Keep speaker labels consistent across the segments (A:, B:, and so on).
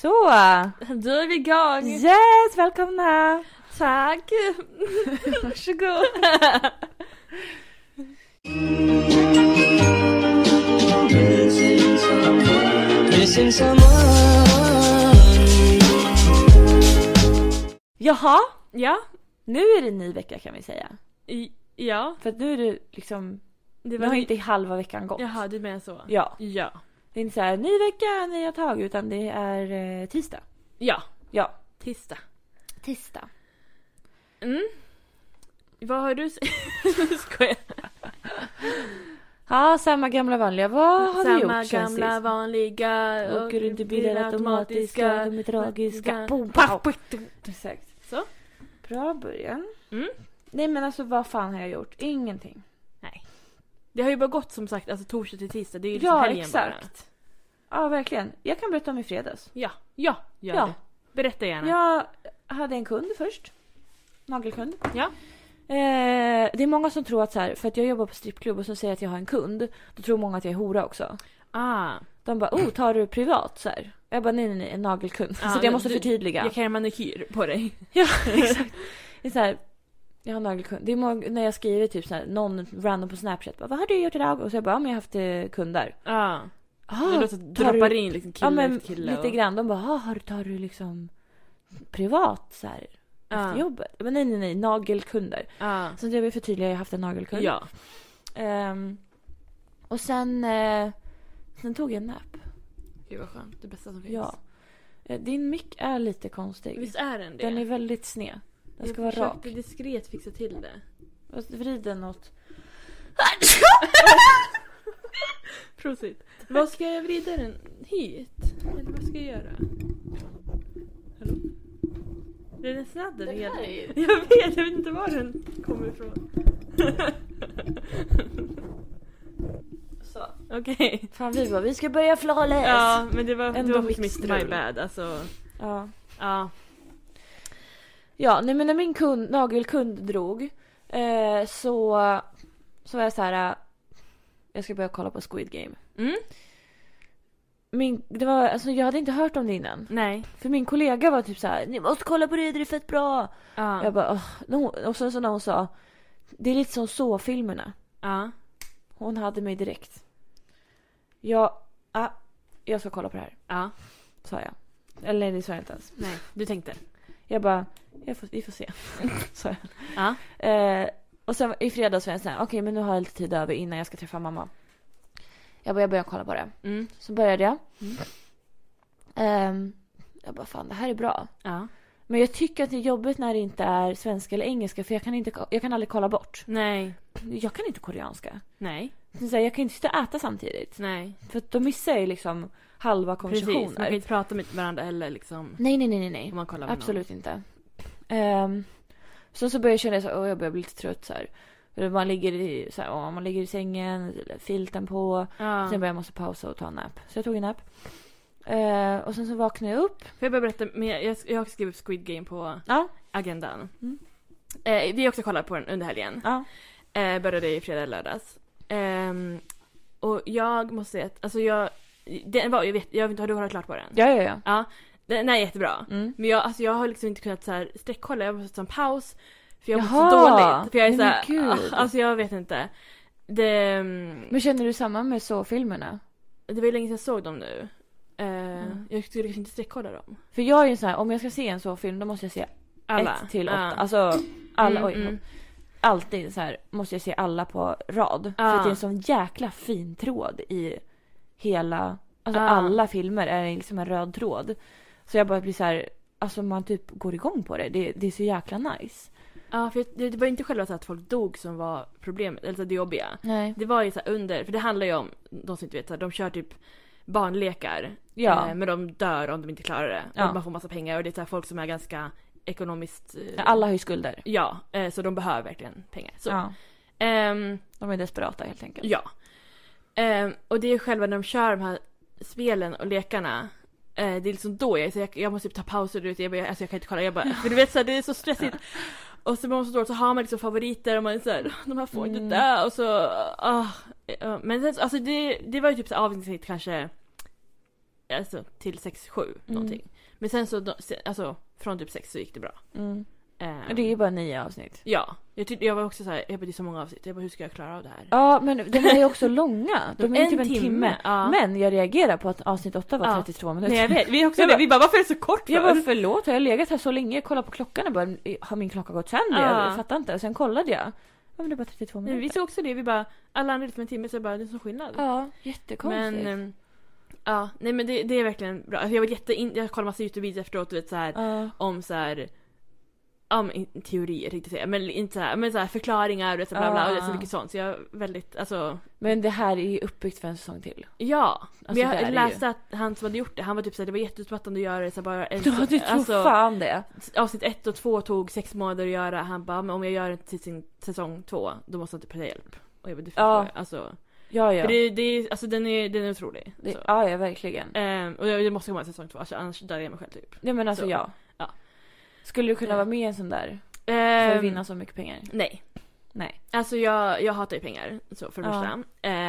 A: Så,
B: Då är vi igång.
A: yes, välkomna.
B: Tack.
A: Varsågod.
C: Missing someone.
A: Jaha,
B: Ja.
A: nu är det en ny vecka kan vi säga.
B: Ja.
A: För att nu är det liksom,
B: Det
A: nu
B: var
A: har inte halva veckan gått.
B: Jaha, du menar så.
A: Ja,
B: Ja.
A: det är inte så här ny vecka, nya tag, utan det är tisdag.
B: Ja.
A: Ja,
B: Tisdag.
A: tisdag.
B: Mm. Vad har du skojar.
A: Ja, samma gamla vanliga. Vad har vi gjort
B: Samma
A: sen
B: gamla
A: sist?
B: vanliga.
A: Åker runt i bilar automatiska, de är tragiska. Boom,
B: Pow.
A: pow. Exakt.
B: Så.
A: Bra början.
B: Mm.
A: Nej men alltså vad fan har jag gjort? Ingenting.
B: Det har ju bara gått som sagt alltså torsdag till tisdag. Det är ju liksom
A: Ja,
B: helgen
A: exakt. Ja, verkligen. Jag kan berätta om i fredags.
B: bara. Ja, gör
A: Ja.
B: det. Berätta gärna.
A: Jag hade en kund först. Nagelkund.
B: Ja.
A: Det är många som tror att så här, för att jag jobbar på strippklubb och så säger att jag har en kund, då tror många att jag är hora också. De bara, tar du privat så här? Jag bara, nej, en nagelkund. Så jag måste förtydliga.
B: Jag kan göra manikyr på dig.
A: Ja, exakt. Det är så här, jag har nagelkund. Det är när jag skriver typ så här, någon random på Snapchat bara, vad har du gjort idag? Och så jag bara, men jag har haft kunder.
B: Det låter att droppar in liksom kille efter kille.
A: Lite grann. De bara, tar du liksom privat så här efter jobbet? Men nej, nagelkunder. Så det vill förtydliga, jag har haft en nagelkund.
B: Ja.
A: Och sen tog jag en nap.
B: Gud vad skönt, det bästa som finns.
A: Ja. Din mick är lite konstig.
B: Visst är den det?
A: Den är väldigt sned. Den ska vara rak.
B: Jag försökte diskret fixa till det.
A: Vrid den åt.
B: Prosit. Vad ska jag vrida den hit? Eller vad ska jag göra? Hallå? Är den sladdad helt? Jag vet inte var den kommer ifrån.
A: Så.
B: Okej.
A: Fan, vi ska börja flawless.
B: Ja, men det var
A: mixed
B: my bad. Alltså.
A: Ja.
B: Ja,
A: nej men när min nagelkund drog så var jag så här, jag ska börja kolla på Squid Game. Det var, alltså jag hade inte hört om det innan.
B: Nej.
A: För min kollega var typ så här, ni måste kolla på det är fett bra. Jag bara, och så när hon sa, det är lite som så-filmerna. Hon hade mig direkt. Jag ska kolla på det här. Sa jag. Eller det sa jag inte ens.
B: Nej, du tänkte.
A: Jag bara, vi får se. Så och sen i fredags var jag såhär, okej, men nu har jag lite tid över innan jag ska träffa mamma. Jag började kolla på det. Så började jag. Jag bara, fan, det här är bra. Men jag tycker att det är jobbigt när det inte är svenska eller engelska, för jag kan aldrig kolla bort.
B: Nej.
A: Jag kan inte koreanska.
B: Nej.
A: Så jag kan inte sitta och äta samtidigt.
B: Nej.
A: För att då missar jag liksom halva konversationer.
B: Precis, man kan inte prata med varandra eller liksom.
A: Nej.
B: Om man kollar
A: absolut inte. Så började jag känna så jag börjar bli lite trött så här. Man ligger i sängen, filten på. Sen börjar jag måste pausa och ta en nap. Så jag tog en nap. Och sen så vaknade jag upp.
B: Får jag bara berätta, jag har skrivit Squid Game på agendan. Vi har också kollat på den under helgen. Började i fredag lördags. Och jag måste säga att alltså jag vet inte, har du klart på den?
A: Ja.
B: Den är jättebra. Men jag har liksom inte kunnat så här sträckkolla. Jag har måste ta en paus. För jag mår så dåligt. För jag är så här, alltså jag vet inte.
A: Men känner du samma med så-filmerna?
B: Det var ju länge sedan jag såg dem nu. Jag skulle kanske inte sträckkolla dem.
A: För jag är ju så här, om jag ska se en så-film då måste jag se alla 1 till 8. Alltså alla, alltid så här måste jag se alla på rad. För att det är en sån jäkla fin tråd i hela, alltså alla filmer är liksom en röd tråd. Så jag bara blir så här, alltså man typ går igång på det. Det är så jäkla nice.
B: Ja, för det var inte själva så att folk dog som var problemet, eller så det jobbiga.
A: Nej.
B: Det var ju så här under, för det handlar ju om, de som inte vet, så här, de kör typ barnlekar. Men de dör om de inte klarar det. Och man får massa pengar och det är så här folk som är ganska ekonomiskt.
A: Alla har ju skulder.
B: Ja, så de behöver verkligen pengar. Så.
A: De är desperata helt enkelt.
B: Ja. Och det är själva när de kör de här spelen och lekarna. Det är liksom då jag måste typ ta pauser ut. Jag kan inte kolla. För du vet så här, det är så stressigt. Och så man så har man liksom favoriter och man är så här, de här får inte där och så men alltså det var ju typ så avsnitt kanske alltså till 6-7 någonting. Men sen så alltså från typ 6 så gick det bra.
A: Det är ju bara 9 avsnitt.
B: Ja, jag var också så här, det är så många avsnitt. Jag bara, hur ska jag klara av det här?
A: Ja, men de är ju också långa. De är typ en timme.
B: Ja.
A: Men jag reagerar på att avsnitt 8 var 32 minuter.
B: Nej, jag vet. Vi också vi bara, varför är det så kort för?
A: Jag bara, förlåt, har jag legat här så länge? Jag kollar på klockan och bara, har min klocka gått sönder? Jag fattar inte. Och sen kollade jag. Ja, men det är bara 32 minuter.
B: Men vi såg också det. Vi bara, alla andra för en timme så bara, det är så skillnad.
A: Ja, jättekonstigt.
B: Men ja, nej men det är verkligen bra. Alltså, jag kollade massa YouTube-videos efteråt, du vet så här om så här teorier tänkte jag säga, men inte så här, men så här förklaringar och så bla bla och det är så mycket sånt, så jag är väldigt alltså.
A: Men det här är ju uppbyggt för en säsong till.
B: Ja,
A: alltså,
B: men jag läste att han som hade gjort det, han var typ så här, det var jätteutmattande att göra det så bara
A: du tror fan det.
B: Avsnitt 1 och 2 tog 6 månader att göra. Han bara, men om jag gör det till sin säsong 2 då måste han typ ta hjälp. Och jag bara, alltså
A: ja.
B: För det alltså den är otrolig.
A: Ja, verkligen.
B: Och det måste komma säsong 2, annars dör jag mig själv typ.
A: Ja, men alltså ja. Skulle du kunna vara med i en sån där? För att vinna så mycket pengar? Nej.
B: Alltså jag hatar ju pengar så för det första.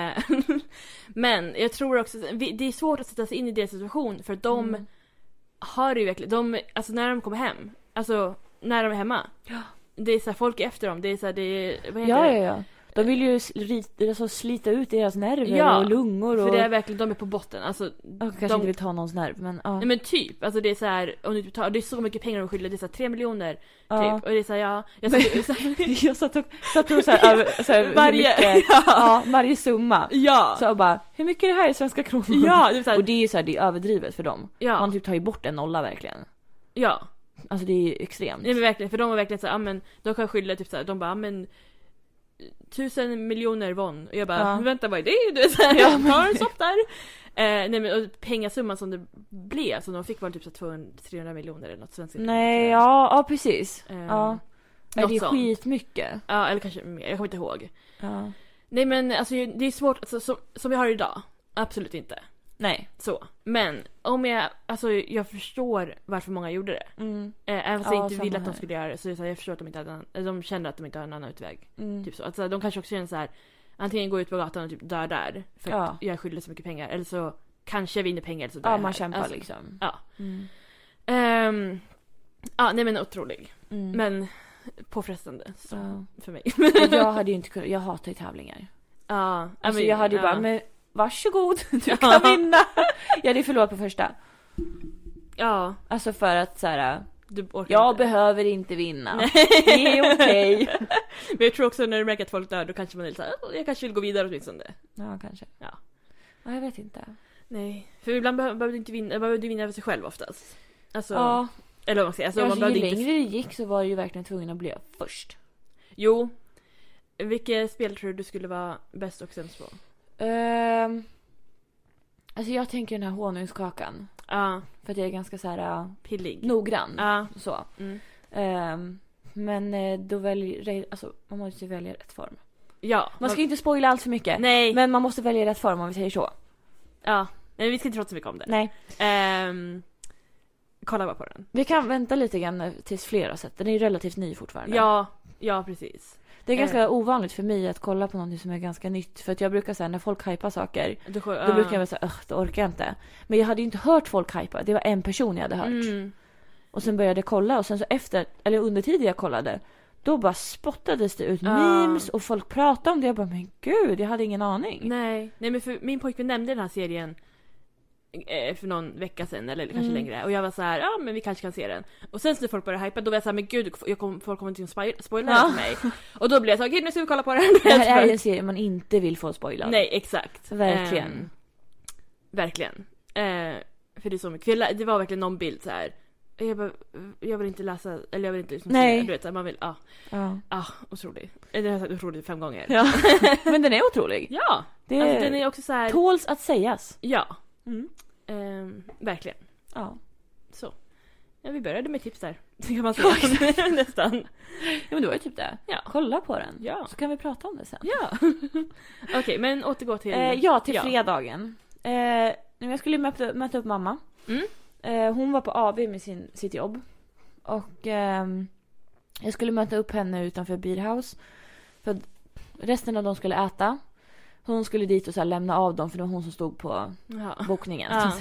B: Men jag tror också det är svårt att sätta sig in i deras situation, för de har ju verkligen alltså när de kommer hem, alltså när de är hemma. Ja. Det är så här, folk är efter dem. Det är så här, vad heter det?
A: Ja. De vill ju slita ut deras nerver och lungor.
B: För det är verkligen, de är på botten. Alltså,
A: kanske inte vill ta någons nerv, men
B: nej, men typ, alltså det är så här, om du betalar, det är så mycket pengar de skyller, det är så här 3 miljoner typ. Och det är så här,
A: jag satt och så här varje varje summa. Ja. Så bara, hur mycket är det här i svenska kronor?
B: Ja, det är så här,
A: och det är så här, det är överdrivet för dem.
B: Ja.
A: Man typ tar ju bort en nolla verkligen.
B: Ja.
A: Alltså det är ju extremt.
B: Nej, men verkligen, för de var verkligen så här, men de kan skylla typ så här, de bara, men 1000 miljoner won. Och jag bara, vänta, vad är det? Du så här, tar en sopp där. Nej, men och pengasumman som det blev, så de fick var typ så 200-300 miljoner eller något svenska.
A: Nej, ja precis. Ja. Det är skitmycket.
B: Ja, eller kanske mer, jag kommer inte ihåg.
A: Ja.
B: Nej, men alltså det är svårt, alltså, som vi har idag. Absolut inte.
A: Nej.
B: Så. Men om jag förstår varför många gjorde det. Även om jag inte ville att de skulle göra det, så är det så här, jag förstår att de inte hade de känner att de inte har en annan utväg. Typ så. Alltså, de kanske också känner så här, antingen gå ut på gatan och typ dö där för att jag skyller så mycket pengar, eller så kanske jag vinner pengar, eller så
A: där man kämpar alltså, liksom.
B: Ja. Nej, men otrolig. Men påfrestande så, för mig.
A: Jag hade ju inte kunnat, jag hatar ju tävlingar.
B: Ja,
A: alltså, jag hade ju bara, men varsågod, du kan vinna. Jag hade förlorat på första. Ja. Alltså för att så här, jag inte behöver inte vinna. Det är okej.
B: Men jag tror också när du märker att folk dör, då kanske man är lite såhär, jag kanske vill gå vidare åtminstone.
A: Ja, kanske. Ja, jag vet inte.
B: Nej, för ibland behöver du inte vinna, behöver du vinna över sig själv oftast. Alltså, eller vad man säger. Alltså, man
A: ju längre det gick så var det ju verkligen tvungen att bli först.
B: Jo. Vilket spel tror du skulle vara bäst och sämst på?
A: Alltså jag tänker den här honungskakan. För att jag är ganska så här
B: pillig,
A: noggrann. Så. Men då alltså man måste välja rätt form. Ja. Man ska inte spoila allt för mycket. Nej. Men man måste välja rätt form, om vi säger så.
B: Ja. Nej, vi ska inte prata så mycket om det.
A: Nej.
B: Kolla bara på den.
A: Vi kan vänta lite grann tills fler har sett den. Den är ju relativt ny fortfarande.
B: Ja, precis.
A: Det är ganska ovanligt för mig att kolla på något som är ganska nytt. För att jag brukar säga, när folk hypar saker, då brukar jag säga, det orkar jag inte. Men jag hade ju inte hört folk hypa. Det var en person jag hade hört. Och sen började jag kolla. Och sen så under tiden jag kollade, då bara spottades det ut memes. Och folk pratade om det. Jag bara, men gud, jag hade ingen aning.
B: Nej, men för min pojkvän nämnde den här serien för någon vecka sedan eller kanske längre, och jag var så här, men vi kanske kan se den. Och sen när folk började hypa, då var jag så här, men gud, folk kommer inte att spoila den för mig. Och då blev jag så, okej, nu ska vi kolla på den.
A: Det här är en serie man inte vill få spoilad.
B: Nej, exakt.
A: Verkligen.
B: Verkligen. För det är så mycket. Det var verkligen någon bild så här. Jag vill inte läsa, eller jag vill inte liksom se, du vet, man vill otrolig. Det har jag sagt otroligt 5 gånger. Ja.
A: Men den är otrolig.
B: Ja. Alltså, den är också så här,
A: tåls att sägas.
B: Ja. Verkligen. Ja. Så. Ja, vi började med tips där. Det kan man säga. Nästan.
A: Ja, men det var ju typ det. Ja. Kolla på den. Ja. Så kan vi prata om det sen.
B: Ja. Okej, men återgå till...
A: till fredagen. Jag skulle möta upp mamma. Hon var på AV med sitt jobb. Och jag skulle möta upp henne utanför Beerhouse. För resten av dem skulle äta. Hon skulle dit och så här lämna av dem, för det var hon som stod på bokningen.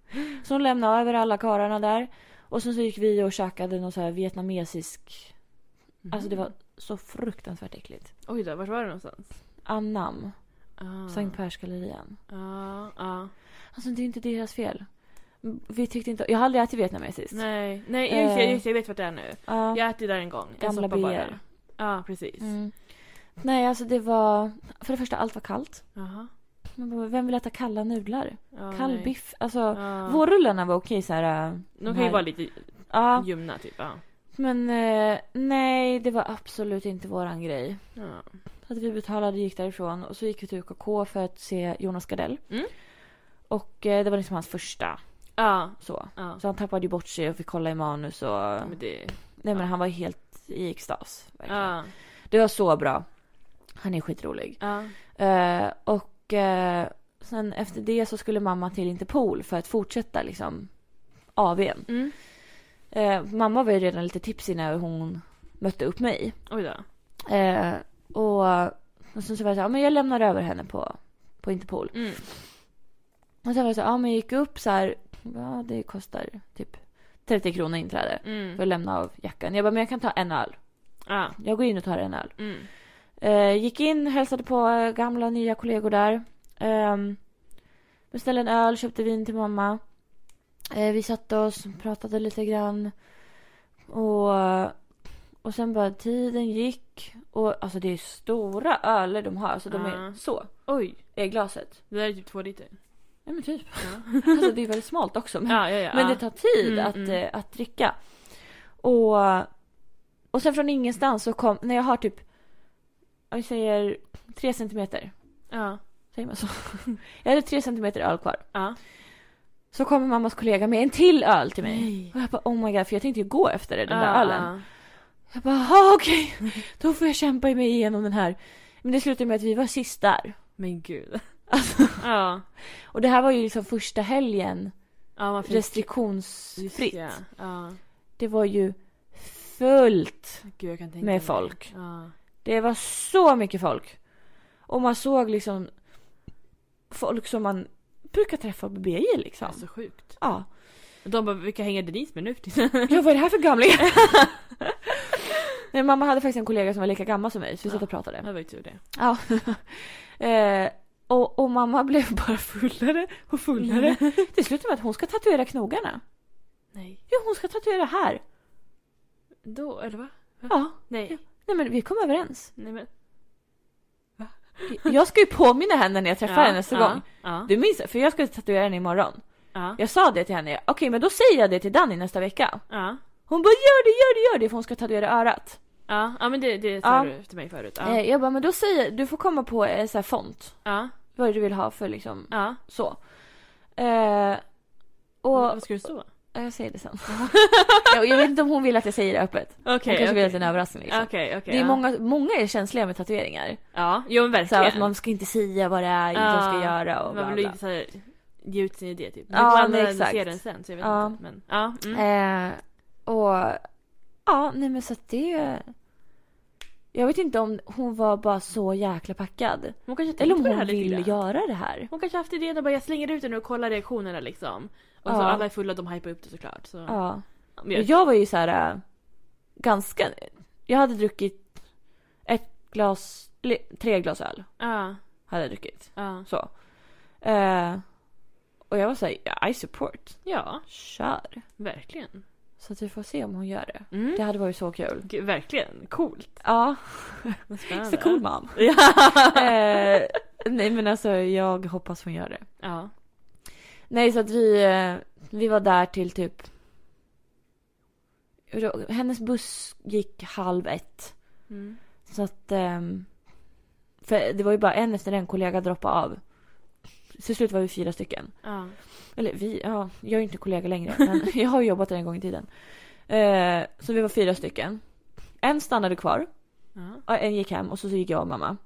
A: Så hon lämnade över alla karlarna där. Och sen så gick vi och käkade någon så här vietnamesisk. Alltså det var så fruktansvärt äckligt.
B: Oj då, vart var det någonstans?
A: Annam. Sankt Persgallerian. Alltså det är inte deras fel. Vi tyckte inte... Jag har aldrig ätit vietnamesiskt.
B: Nej, jag vet vad det är nu. Jag ätit där en gång.
A: Gamla BR.
B: Ja, precis.
A: Nej, alltså det var... För det första, allt var kallt.
B: Jaha.
A: Vem vill äta kalla nudlar? Kall
B: nej.
A: biff. Alltså, vårrullarna var okej så här.
B: De kan ju vara lite ljumna typ. Ja.
A: Men nej, det var absolut inte våran grej. Så att vi betalade, gick därifrån. Och så gick vi till UKK för att se Jonas Gardell. Och det var liksom hans första. Så han tappade ju bort sig och fick kolla i manus. Och... Nej, men han var helt i extas. Det var så bra. Han är skitrolig. Och sen efter det så skulle mamma till Interpol för att fortsätta liksom AW:n. Mamma var ju redan lite tipsig när hon mötte upp mig.
B: Oj då.
A: Och sen så var jag så här, men jag lämnar över henne på Interpol. Och sen var jag så här, men jag gick upp så här, det kostar typ 30 kronor inträde för att lämna av jackan. Jag bara, men jag kan ta en öl. Jag går in och tar en öl. Gick in, hälsade på gamla nya kollegor där. Beställde en öl, köpte vin till mamma. Vi satt oss, pratade lite grann. Och sen bara tiden gick. Och alltså det är stora öler de har. Så de är så.
B: Oj.
A: Är glaset.
B: Det där är typ 2 liter.
A: Ja, men typ. Alltså det är väldigt smalt också. Men det tar tid att dricka. Och sen från ingenstans så kom... När jag har typ... Jag säger 3 centimeter. Säger man så? Jag hade 3 centimeter öl kvar. Så kommer mammas kollega med en till öl till mig. Nej. Och jag bara, oh my god, för jag tänkte ju gå efter den där ölen. Jag bara, okej. Då får jag kämpa mig igenom den här. Men det slutade med att vi var sist där.
B: Men gud.
A: Alltså, och det här var ju liksom första helgen. Restriktionsfritt. Det var ju fullt med folk. Det var så mycket folk. Och man såg liksom folk som man brukar träffa på BJ liksom.
B: Det är så sjukt.
A: Ja.
B: De bara, vilka hänger Denise med nu?
A: Ja, vad är det här för gamlingar? Nej, mamma hade faktiskt en kollega som var lika gammal som mig. Så vi satt och pratade.
B: Det var ju tur det.
A: Ja. Och mamma blev bara fullare och fullare. Det slutade med att hon ska tatuera knogarna.
B: Nej.
A: Jo, hon ska tatuera här.
B: Då, eller va?
A: Ja.
B: Nej.
A: Ja. Nej, men vi kom överens.
B: Nej, men...
A: Va? Jag ska ju påminna henne när jag träffar henne nästa gång. Du minns det? För jag ska tatuera henne imorgon. Jag sa det till henne. Okej, men då säger jag det till Danny nästa vecka. Hon bara, gör det för hon ska tatuera örat.
B: Ja, men det sa du till mig förut.
A: Jag bara, men då säger du får komma på en så här font. Vad du vill ha för liksom så. Och
B: vad ska du stå?
A: Jag säger det sen. Jag vet inte om hon vill att jag säger det öppet. Hon kanske vill att det är en överraskning liksom. Det är många är känsliga med tatueringar.
B: Ja, jo men verkligen.
A: Så att man ska inte säga vad det är de ska göra och
B: man vill inte så ge ut sin idé typ.
A: Ja, exakt.
B: Se den sen så jag vet inte men
A: nej men så att det jag vet inte om hon var bara så jäkla packad.
B: Hon kanske
A: eller om hon vill göra det här.
B: Hon kanske haft idén och bara jag slänger ut den och kollar reaktionerna liksom. Och så alla är fulla, de hypar upp det såklart. Så.
A: Ja. Jag var ju så här ganska... Jag hade druckit 3 glas öl. Hade jag druckit. Så. Och jag var så här, I support.
B: Ja.
A: Kör.
B: Verkligen.
A: Så att vi får se om hon gör det. Det hade varit så kul.
B: Verkligen. Coolt.
A: Ja. Så cool mom. Nej men alltså jag hoppas hon gör det.
B: Ja.
A: Nej, så att vi var där till typ... Hennes buss gick 12:30. Så att... För det var ju bara en efter en kollega droppade av. Till slut var vi 4 stycken. Eller jag är ju inte kollega längre. Men jag har ju jobbat där en gång i tiden. Så vi var 4 stycken. En stannade kvar. Och en gick hem och så gick jag och mamma.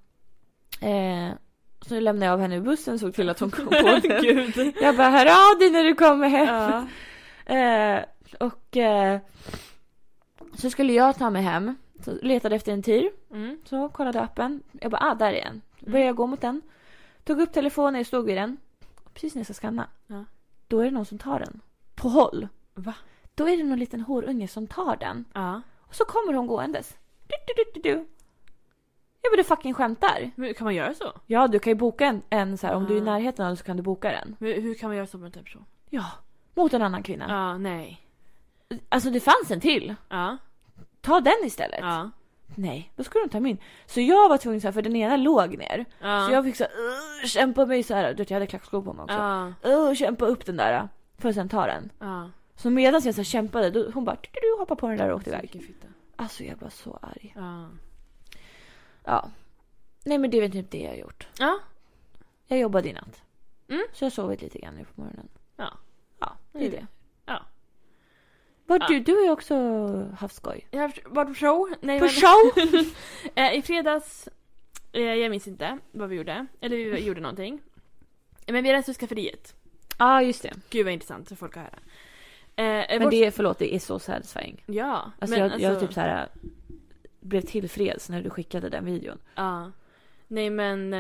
A: Så lämnade jag av henne i bussen och såg till att hon kom på det. Jag bara, hör av dig när du kommer hem. Och så skulle jag ta mig hem. Så letade efter en tir. Så kollade appen. Jag bara, där är en. Började jag gå mot den. Tog upp telefonen och stod vid den. Och precis när jag ska skanna. då är det någon som tar den. På håll.
B: Va?
A: Då är det någon liten horunge som tar den.
B: Ja.
A: Och så kommer hon gåendes. Du. Jag vill du fucking skämtar.
B: Men kan man göra så?
A: Ja, du kan ju boka en så här. Om du är i närheten av den så kan du boka den.
B: Men hur kan man göra så med en person?
A: Ja, mot en annan kvinna.
B: Ja, nej.
A: Alltså det fanns en till.
B: Ja.
A: Ta den istället.
B: Ja.
A: Nej, då skulle de ta min. Så jag var tvungen så här, för den ena låg ner.
B: Ja.
A: Så jag fick så här, kämpa mig så här. Jag hade klackskor på mig också. Kämpa upp den där. För att sen ta den.
B: Ja.
A: Så medan jag så här kämpade, då, hon bara du hoppar på den där och åkte iväg.
B: Vilken fitta.
A: Alltså jag var så arg.
B: Ja.
A: Ja. Nej men det är väl typ det jag har gjort.
B: Ja.
A: Jag jobbade i natt.
B: Mm.
A: Så jag har sovit lite grann nu på morgonen.
B: Ja.
A: Ja, det är det.
B: Ja.
A: Du har ju också haft skoj.
B: Jag har varit på show. Nej,
A: På show?
B: I fredags, jag minns inte vad vi gjorde. Eller vi gjorde någonting. Men vi är i skafferiet.
A: Ja, just det.
B: Gud vad intressant för folk att höra.
A: Men det är, förlåt, det är så satisfying.
B: Ja.
A: Alltså,
B: men
A: jag typ så här blev tillfreds när du skickade den videon.
B: Ja. Nej men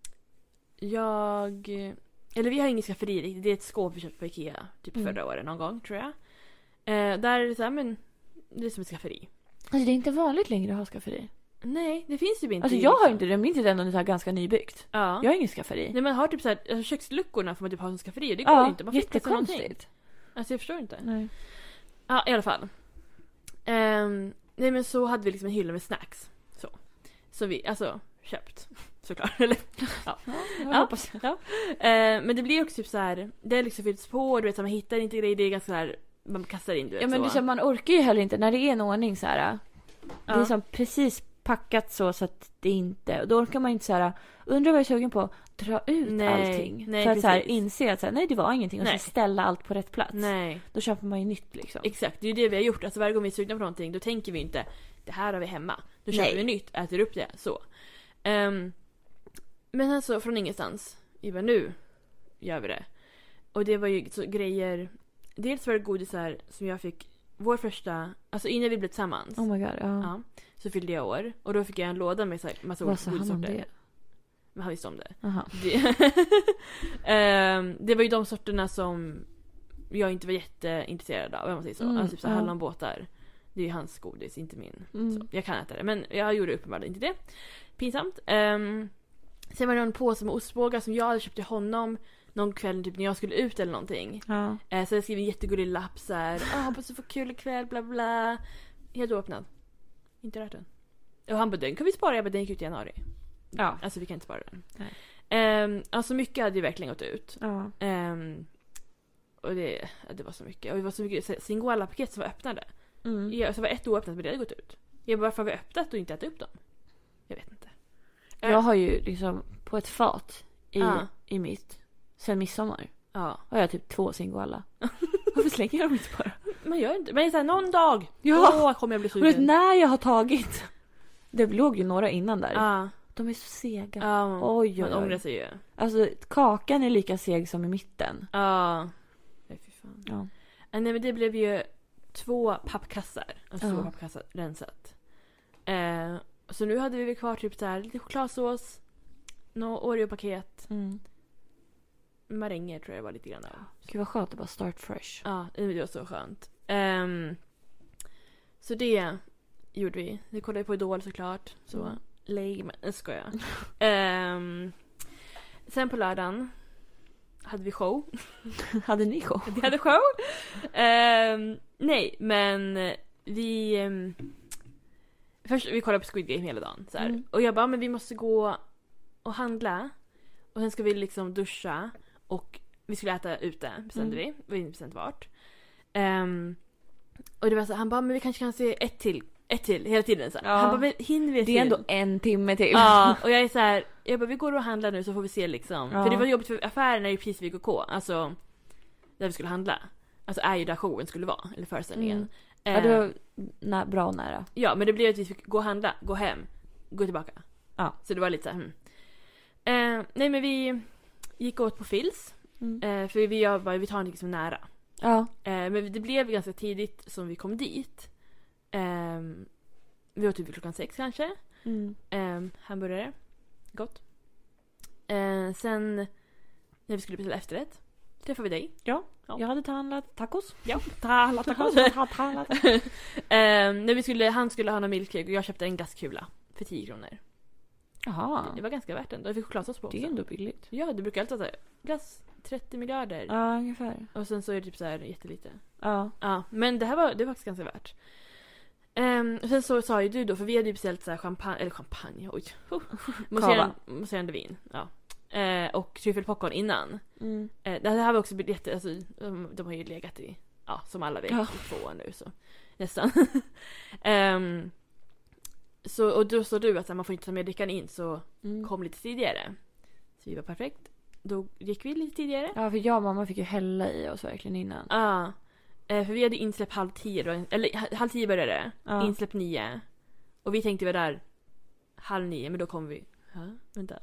B: eller vi har ingen skafferi riktigt. Det är ett skåp vi köpte på Ikea typ förra året någon gång tror jag. Där är det så här, men det är som ett skafferi.
A: Alltså det är inte vanligt längre att ha skafferi.
B: Nej, det finns ju inte.
A: Alltså jag har inte det, men inte den är så här ganska nybyggt.
B: Ja.
A: Jag har ingen skafferi.
B: Nej, man har typ så här, alltså köksluckorna får man typ ha som skafferi. Det går ju inte. Man får plats med någonting.
A: jättekonstigt.
B: Alltså jag förstår inte.
A: Nej.
B: Ja, i alla fall. Nej men så hade vi liksom en hylla med snacks. Så vi, alltså, köpt. Såklart, eller? Ja.
A: Jag hoppas.
B: Ja. Men det blir också typ så här, det är liksom fyllts på, du vet så man hittar inte grejer, det är ganska så här, man kastar in, du vet.
A: Ja men
B: så.
A: det är så, man orkar ju heller inte när det är en ordning så här. Det är som precis packat så att det inte, då orkar man inte så här undrar vad jag är sugen på, dra ut allting.
B: Nej,
A: för att så här inse att så här, nej det var ingenting och
B: Nej.
A: så ställa allt på rätt plats.
B: Nej.
A: Då köper man ju nytt liksom.
B: Exakt, det är ju det vi har gjort. Alltså varje gång vi är sugna på någonting, då tänker vi inte det här har vi hemma. Då köper vi nytt, äter upp det, så. Men alltså från ingenstans, bara nu gör vi det. Och det var ju så grejer, dels var det godisar som jag fick vår första, alltså innan vi blev tillsammans.
A: Oh my god,
B: Ja, så fyllde jag år. Och då fick jag en låda med så här massa olika godissorter. Men han visste om det. Det var ju de sorterna som jag inte var jätteintresserad av, om man säger så. Alltså typ så hallonbåtar. Det är ju hans godis, inte min. Så jag kan äta det, men jag gjorde uppenbarligen inte det. Pinsamt. Sen var det en påse med ostbågar som jag hade köpt till honom någon kväll typ när jag skulle ut eller någonting.
A: Ja.
B: Så jag skrev en jättegullig lapp så här, hoppas du får kul ikväll, bla bla. Helt oöppnad. Inte rört den. Och han bara, den kan vi spara. Jag bara, den gick ut i januari.
A: Ja.
B: Alltså vi kan inte spara den. Alltså mycket hade ju verkligen gått ut.
A: Ja.
B: Och det var så mycket. Och det var så mycket Singoalla-paket som var öppnade.
A: Mm.
B: Så var ett oöppnat, men det hade gått ut. Jag bara, varför har vi öppnat och inte ätit upp dem? Jag vet inte.
A: Jag har ju liksom på ett fat i mitt sen midsommar.
B: Ja.
A: Har jag typ 2 Singoalla. Varför slänger jag dem inte bara?
B: Man gör inte. Men så här, någon dag.
A: Ja.
B: Då kommer jag bli
A: Och vet,
B: sugen.
A: när jag har tagit. Det låg ju några innan där.
B: Ja.
A: De är så sega.
B: Ja.
A: Oj.
B: Man ångrar sig ju.
A: Alltså kakan är lika seg som i mitten.
B: Ja. Nej, fy fan.
A: Ja.
B: Nej, men det blev ju 2 pappkassar. Alltså 2 pappkassar rensat. Så nu hade vi kvar typ så här lite chokladsås, Oreo-paket, maränger tror jag var lite grann av.
A: Gud vad skönt att bara start fresh.
B: Ja, det var så skönt. Så det gjorde vi. Vi kollade på Idol såklart. Så lägg, men jag skojar. Sen på lördagen hade vi show.
A: Hade ni show?
B: Vi hade show. Nej, men vi först vi kollade på Squid Game hela dagen så här. Och jag bara, men vi måste gå och handla. Och sen ska vi liksom duscha och vi skulle äta ute, bestämde vi. Vi inte bestämt vart. Och det var så han bara, men vi kanske kan se ett till hela tiden så här. Han bara, men hinner vi
A: det är ändå 1 timme till.
B: Ja, och jag är så här, jag bara, vi går och handlar nu så får vi se liksom. För det var jobbigt för affären är ju precis vid KK, alltså där vi skulle handla. Alltså är ju där showen skulle vara, eller föreställningen.
A: Ja, det var bra och nära.
B: Ja, men det blev att vi fick gå och handla, gå hem, gå tillbaka.
A: Ja.
B: Så det var lite så här, nej men vi gick åt på Fils. För vi tar något som nära.
A: Ja.
B: Men det blev ganska tidigt som vi kom dit. Vi var typ klockan 6 kanske. Hamburgare. Gott. Sen när vi skulle beställa efterrätt träffade vi dig.
A: Ja. Jag hade handlat tacos.
B: Ja,
A: tacos.
B: När han skulle ha en milkshake och jag köpte en glasskula för 10 kronor.
A: Jaha.
B: Det var ganska värt ändå. Jag fick chokladsås på också.
A: Det är ändå billigt.
B: Ja, det brukar alltid vara glass 30 miljarder.
A: Ja, ungefär.
B: Och sen så är det typ så här jättelite.
A: Ja.
B: Ja, men det var faktiskt ganska värt. Och sen så sa ju du då, för vi hade ju beställt så här champagne, oj. Mousserande vin. Ja. Och tryffelpopcorn innan. Det här var också biljetter, alltså de har ju legat i, som alla vet, i 2 år nu så nästan. Så, och då sa du att man får inte ta med drickan in, så kom lite tidigare. Så vi var perfekt. Då gick vi lite tidigare.
A: Ja, för jag och mamma fick ju hälla i oss verkligen innan.
B: Ja. För vi hade insläpp 8:30 eller 8:30 började det. Ja. Insläpp 9. Och vi tänkte vi var där 8:30, men då kom vi. Vänta.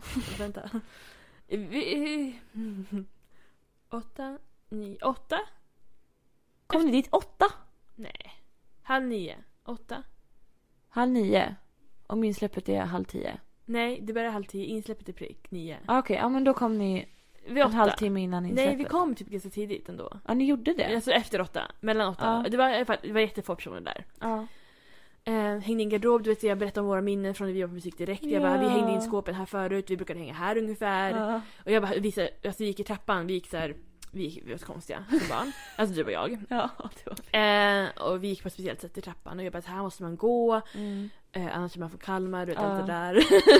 B: 8.
A: Kom ni dit 8?
B: Nej. 8:30. 8.
A: 8:30. Och insläppet är 9:30.
B: Nej, det börjar 8:30. Insläppet är prick 9.
A: Okej, ja men då kom ni en halvtimme innan insläppet.
B: Nej, vi kom typ ganska tidigt ändå.
A: Ja, ni gjorde det?
B: Alltså efter 8. Mellan 8. Ja. Det var jättefå personer där.
A: Ja.
B: Hängde in garderob, du vet, jag berättade om våra minnen från när vi var på musik direkt. Jag bara, vi hängde in skåpen här förut, vi brukade hänga här ungefär. Ja. Och jag bara visade, alltså vi gick i trappan, vi var så konstiga som barn. Alltså du och jag.
A: Ja, det var
B: och vi gick på ett speciellt sätt i trappan och jag bara, här måste man gå. Annars är man från Kalmar, du vet allt det där.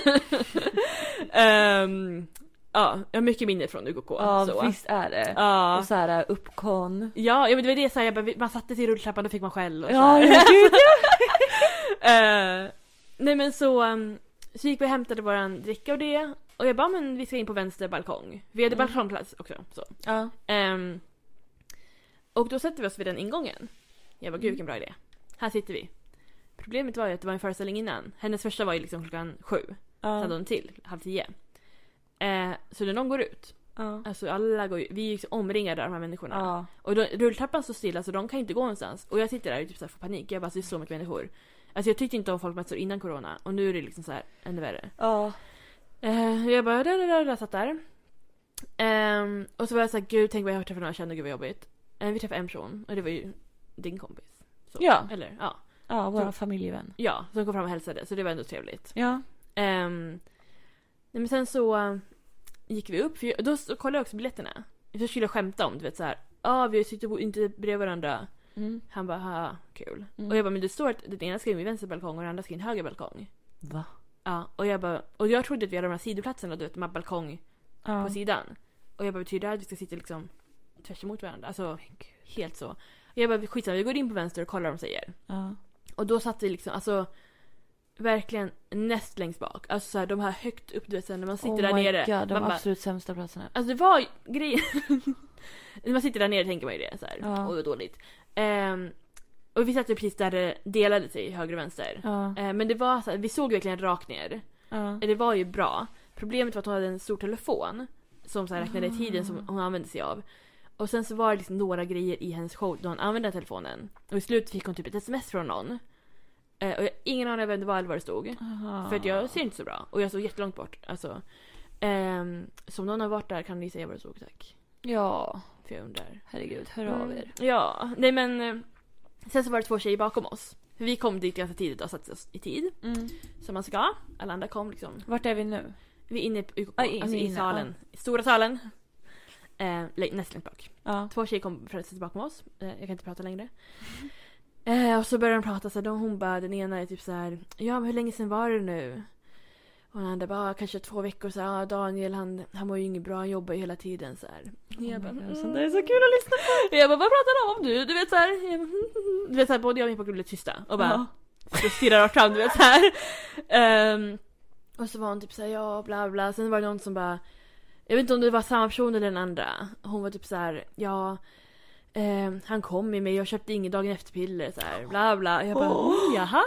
B: Ja, jag har mycket minne från UKK.
A: Ja,
B: så.
A: Visst är det.
B: Ja.
A: Och så här uppkon.
B: Ja, men det var det så här, jag bara, man satte sig i rulltrappan och fick man själv. Och
A: ja, gud.
B: Nej men så gick vi och hämtade våran dricka och det. Och jag bara, men vi ska in på vänster balkong. Vi hade balkongplats också. Så.
A: Ja.
B: Och då sätter vi oss vid den ingången. Jag bara, gud vilken bra idé. Här sitter vi. Problemet var ju att det var en föreställning innan. Hennes första var ju liksom 7:00. Så hade hon till 9:30. Så när någon går ut, alltså alla går ju, vi är ju omringade av de här människorna. Och då, rulltrappan står stilla så de kan inte gå någonstans. Och jag sitter där och typ så här får panik. Jag bara, det är så mycket människor. Alltså jag tyckte inte om folkmässor innan corona. Och nu är det liksom så här ännu värre. Jag bara, där satt där. Och så var jag så här, gud, tänk vad jag har träffat några kända, gud vad jobbigt. Vi träffade en person och det var ju din kompis. Så.
A: Ja.
B: Eller,
A: ja, vår familjevän.
B: Ja, som kom fram och hälsade, så det var ändå trevligt.
A: Ja.
B: Men sen så gick vi upp, för då kollade jag också biljetterna. Jag skulle skämta om, du vet så här, vi sitter inte bredvid varandra. Han bara, kul. Och jag bara, men det står att den ena ska in vid vänster balkong och den andra ska in höger balkong.
A: Va?
B: Ja, och jag bara, och jag trodde att vi hade de här sidoplatserna, du vet, de här balkong på sidan. Och jag bara, betyder det att vi ska sitta liksom tvärs emot varandra? Alltså, helt så. Jag bara, skitsamma, vi går in på vänster och kollar vad de säger. Och då satt vi liksom, alltså verkligen näst längst bak. Alltså så här, de här högt upp, du vet, när man sitter där nere.
A: God, de absolut sämsta platserna.
B: Alltså det var grejen. När man sitter där nere tänker man ju det så här. Och det var dåligt. Och vi satt ju precis där det delade sig höger och vänster. Men det var så här, vi såg verkligen rakt ner. Det var ju bra. Problemet var att hon hade en stor telefon som så här räknade tiden som hon använde sig av. Och sen så var det liksom några grejer i hennes show då hon använde telefonen. Och i slutet fick hon typ ett sms från någon. Och jag ingen aning vem det var eller vad det stod. För att jag ser inte så bra. Och jag såg jättelångt bort. Alltså, så om någon har varit där kan ni säga vad det stod, tack.
A: Ja.
B: För jag undrar.
A: Herregud, hör av er.
B: Ja, nej men sen så var det 2 tjejer bakom oss. För vi kom dit ganska tidigt och satte oss i tid. Som man ska. Alla andra kom liksom.
A: Vart är vi nu?
B: Vi är inne på UKK, alltså i salen. I stora salen. Näst längst bak. 2 tjejer kom för att sätta bakom oss. Jag kan inte prata längre. Och så började de prata så här, hon bara, den ena är typ så här, ja men hur länge sedan var det nu? Och den andra bara, kanske 2 veckor så här, Daniel han mår ju inget bra, han jobbar ju hela tiden så här. Jag bara,
A: det är så kul att lyssna på.
B: Jag bara, vad pratar de om du? Du vet så här, du vet så här, både jag och min pojke blev tysta och bara stirrar rakt fram, du vet så här. Och så var hon typ så här, ja bla bla. Sen var det någon som bara, jag vet inte om det var samma person eller den andra. Hon var typ så här, ja han kom med mig, jag köpte ingen dagen efter piller så här, bla bla. Jag bara, jaha.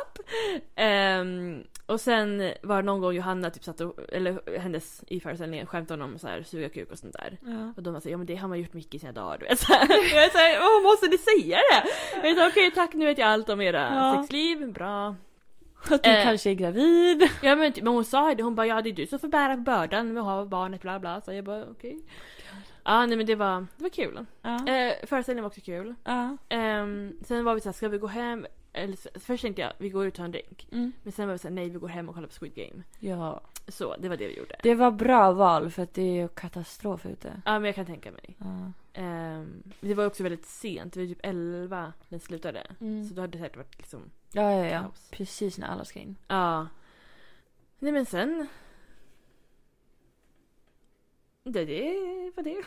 B: Och sen var det någon gång Johanna typ satt och, eller hennes i föreställningen skämtade om så här suga kuk och sånt där. Och de var så här, ja men det har man gjort mycket i sina dagar, du vet så här. Jag är så här, måste ni säga det? Jag är så okej, tack, nu vet jag allt om era sexliv, bra.
A: Att du kanske är gravid.
B: Ja men hon sa det, hon bara, ja det är du som får bära bördan med att ha barnet, bla bla. Så jag bara, okej. Nej men det var kul. Föreställningen var också kul. Sen var vi såhär, ska vi gå hem? Eller, först tänkte jag, vi går ut och tar en drink. Men sen var vi såhär, nej vi går hem och kollar på Squid Game.
A: Ja.
B: Så, det var det vi gjorde.
A: Det var bra val för att det är ju katastrof ute.
B: Ja, men jag kan tänka mig. Det var också väldigt sent. Det var typ 11 den slutade. Så då hade det säkert varit liksom...
A: Ja. Precis när alla ska in.
B: Ja. Nej men sen... Det var det.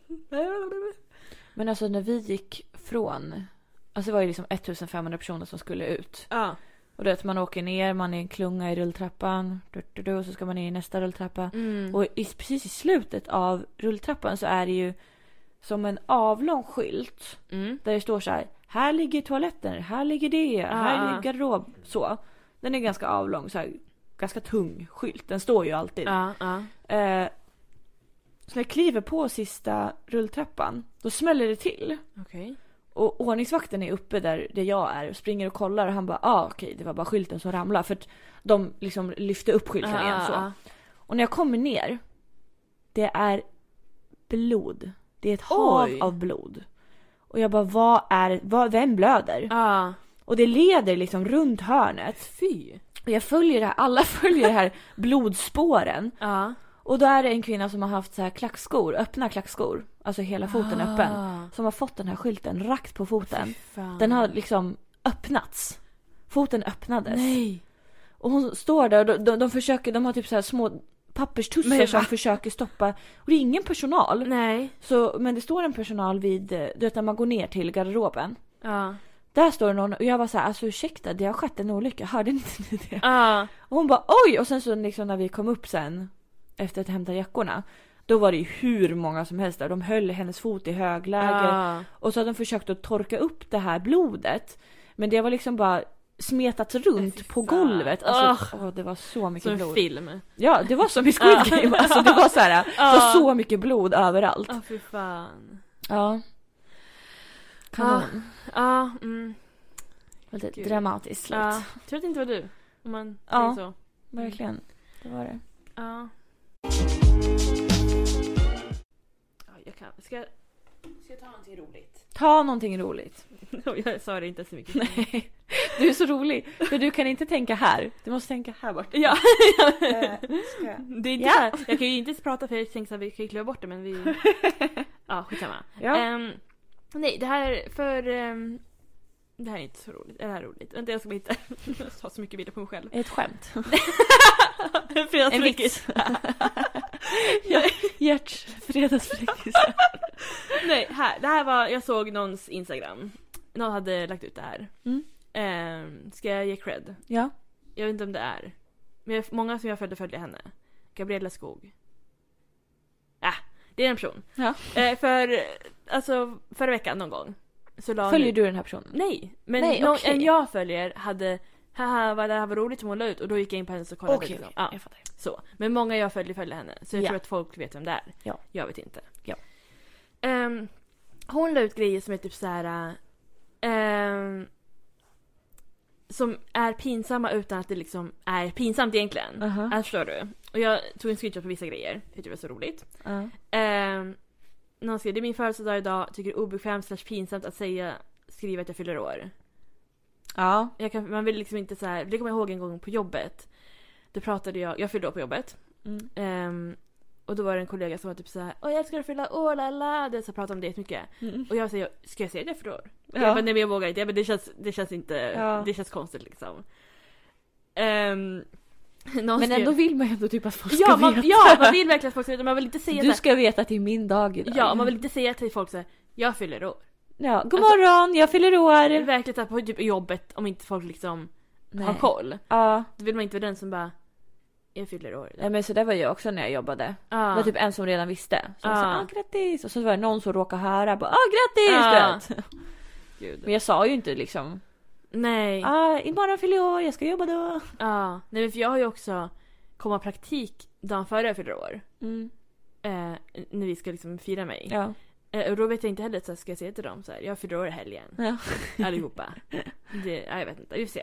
A: Men alltså när vi gick från... Alltså det var ju liksom 1500 personer som skulle ut.
B: Ja.
A: Och det är att man åker ner, man är en klunga i rulltrappan. Och så ska man ner i nästa rulltrappa. Och precis i slutet av rulltrappan så är det ju som en avlång skylt. Där det står så här ligger toaletten, här ligger det, här ligger garderob. Så. Den är ganska avlång, så här, ganska tung skylt. Den står ju alltid. Så när jag kliver på sista rulltrappan, då smäller det till.
B: Okej.
A: Och ordningsvakten är uppe där jag är och springer och kollar och han bara, okej, det var bara skylten som ramlade för att de liksom lyfte upp skylten igen så. Och när jag kommer ner, det är blod. Det är ett hav av blod. Och jag bara, vem blöder? Och det leder liksom runt hörnet.
B: Fy.
A: Och jag följer det här, alla följer det här blodspåren. Och då är det en kvinna som har haft så här klackskor, öppna klackskor. Alltså hela foten öppen. Som har fått den här skylten rakt på foten. Den har liksom öppnats. Foten öppnades.
B: Nej.
A: Och hon står där och de har typ så här små papperstussar som försöker stoppa. Och det är ingen personal.
B: Nej.
A: Så, men det står en personal vid, du vet när man går ner till garderoben.
B: Ja.
A: Där står någon och jag var så här, alltså ursäkta, det har skett en olycka. Hörde inte ni det? Och hon bara, oj! Och sen så liksom när vi kom upp sen efter att hämta jackorna, då var det ju hur många som helst där. De höll hennes fot i högläge. Och så hade de försökt att torka upp det här blodet. Men det var liksom bara smetat runt på golvet. Alltså, det var så mycket
B: som
A: blod.
B: Som film.
A: Ja, det var som i Squid Game. Alltså det var så här, det var så mycket blod överallt.
B: Fy fan.
A: Ja. Kanon. Väldigt dramatiskt slut.
B: Jag tror att det inte var du. Om man säger så.
A: Verkligen. Det var det.
B: Ja. Ska jag ta någonting roligt?
A: Ta någonting roligt.
B: Jag sa det inte så mycket.
A: Nej, du är så rolig. För du kan inte tänka här. Du måste tänka här bort.
B: Ja. Det är inte så här. Jag kan ju inte prata för jag tänkte att vi kan kliva bort det, men vi... Ja, skitsamma.
A: Ja.
B: Nej, det här det här är inte så roligt. Det här är roligt. Vänta, jag ska inte ta så mycket bilder på mig själv.
A: Ett skämt.
B: En vits.
A: Gerts fredagsfräckis.
B: Nej, det här var, jag såg någons Instagram. Någon hade lagt ut det här. Ska jag ge cred?
A: Ja.
B: Jag vet inte om det är. Men många som jag följer henne. Gabriella Skog. Det är en person.
A: Ja.
B: Förra veckan någon gång. Så
A: följer du den här personen?
B: Nej, men en jag följer hade vad det här var roligt som hon la ut och då gick jag in på hennes och kollade.
A: Okej, jag fattar.
B: Så. Men många jag följer henne. Så jag tror att folk vet vem det är.
A: Ja.
B: Jag vet inte.
A: Ja.
B: Hon la ut grejer som är typ så här som är pinsamma utan att det liksom är pinsamt egentligen. Alltså, förstår du? Och jag tog en screenshot på vissa grejer. Jag tyckte det var så roligt. Någon skrev, det är min födelsedag idag. Tycker det är obekvämt / pinsamt att skriva att jag fyller år. Ja. Man vill liksom inte så här. Det kommer jag ihåg en gång på jobbet. Då pratade jag fyllde år på jobbet. Och då var det en kollega som var typ så här, jag älskar att fylla år, lala. Det så pratade om det mycket. Och jag säger, ska jag säga det för år? Ja. Jag bara, nej men jag vågar inte. Men det känns inte, det känns konstigt liksom.
A: Men ändå vill man ju ändå typ att folk ska veta.
B: Ja, man vill verkligen att folk ska veta. Man vill inte säga
A: du ska veta att det är min dag idag.
B: Ja, man vill inte säga till folk så här, jag fyller år.
A: Ja, god morgon, jag fyller år.
B: Det är verkligen så här, på typ jobbet om inte folk liksom har koll.
A: Ja.
B: Då vill man inte vara den som bara, jag fyller år.
A: Nej, men så det var jag också när jag jobbade. Det var typ en som redan visste. Så jag sa, grattis. Och så var det någon som råkade höra, bara, grattis. Gud. Men jag sa ju inte liksom,
B: nej.
A: Imorgon fyller jag år, jag ska jobba då.
B: Nej, för jag har ju också kommit praktik dagen före jag fyller år. När vi ska liksom fira mig.
A: Ja.
B: Och då vet jag inte heller så ska jag säga till dem så här, jag fyller år i helgen. Ja. Allihopa. Jag vet inte, vi får se.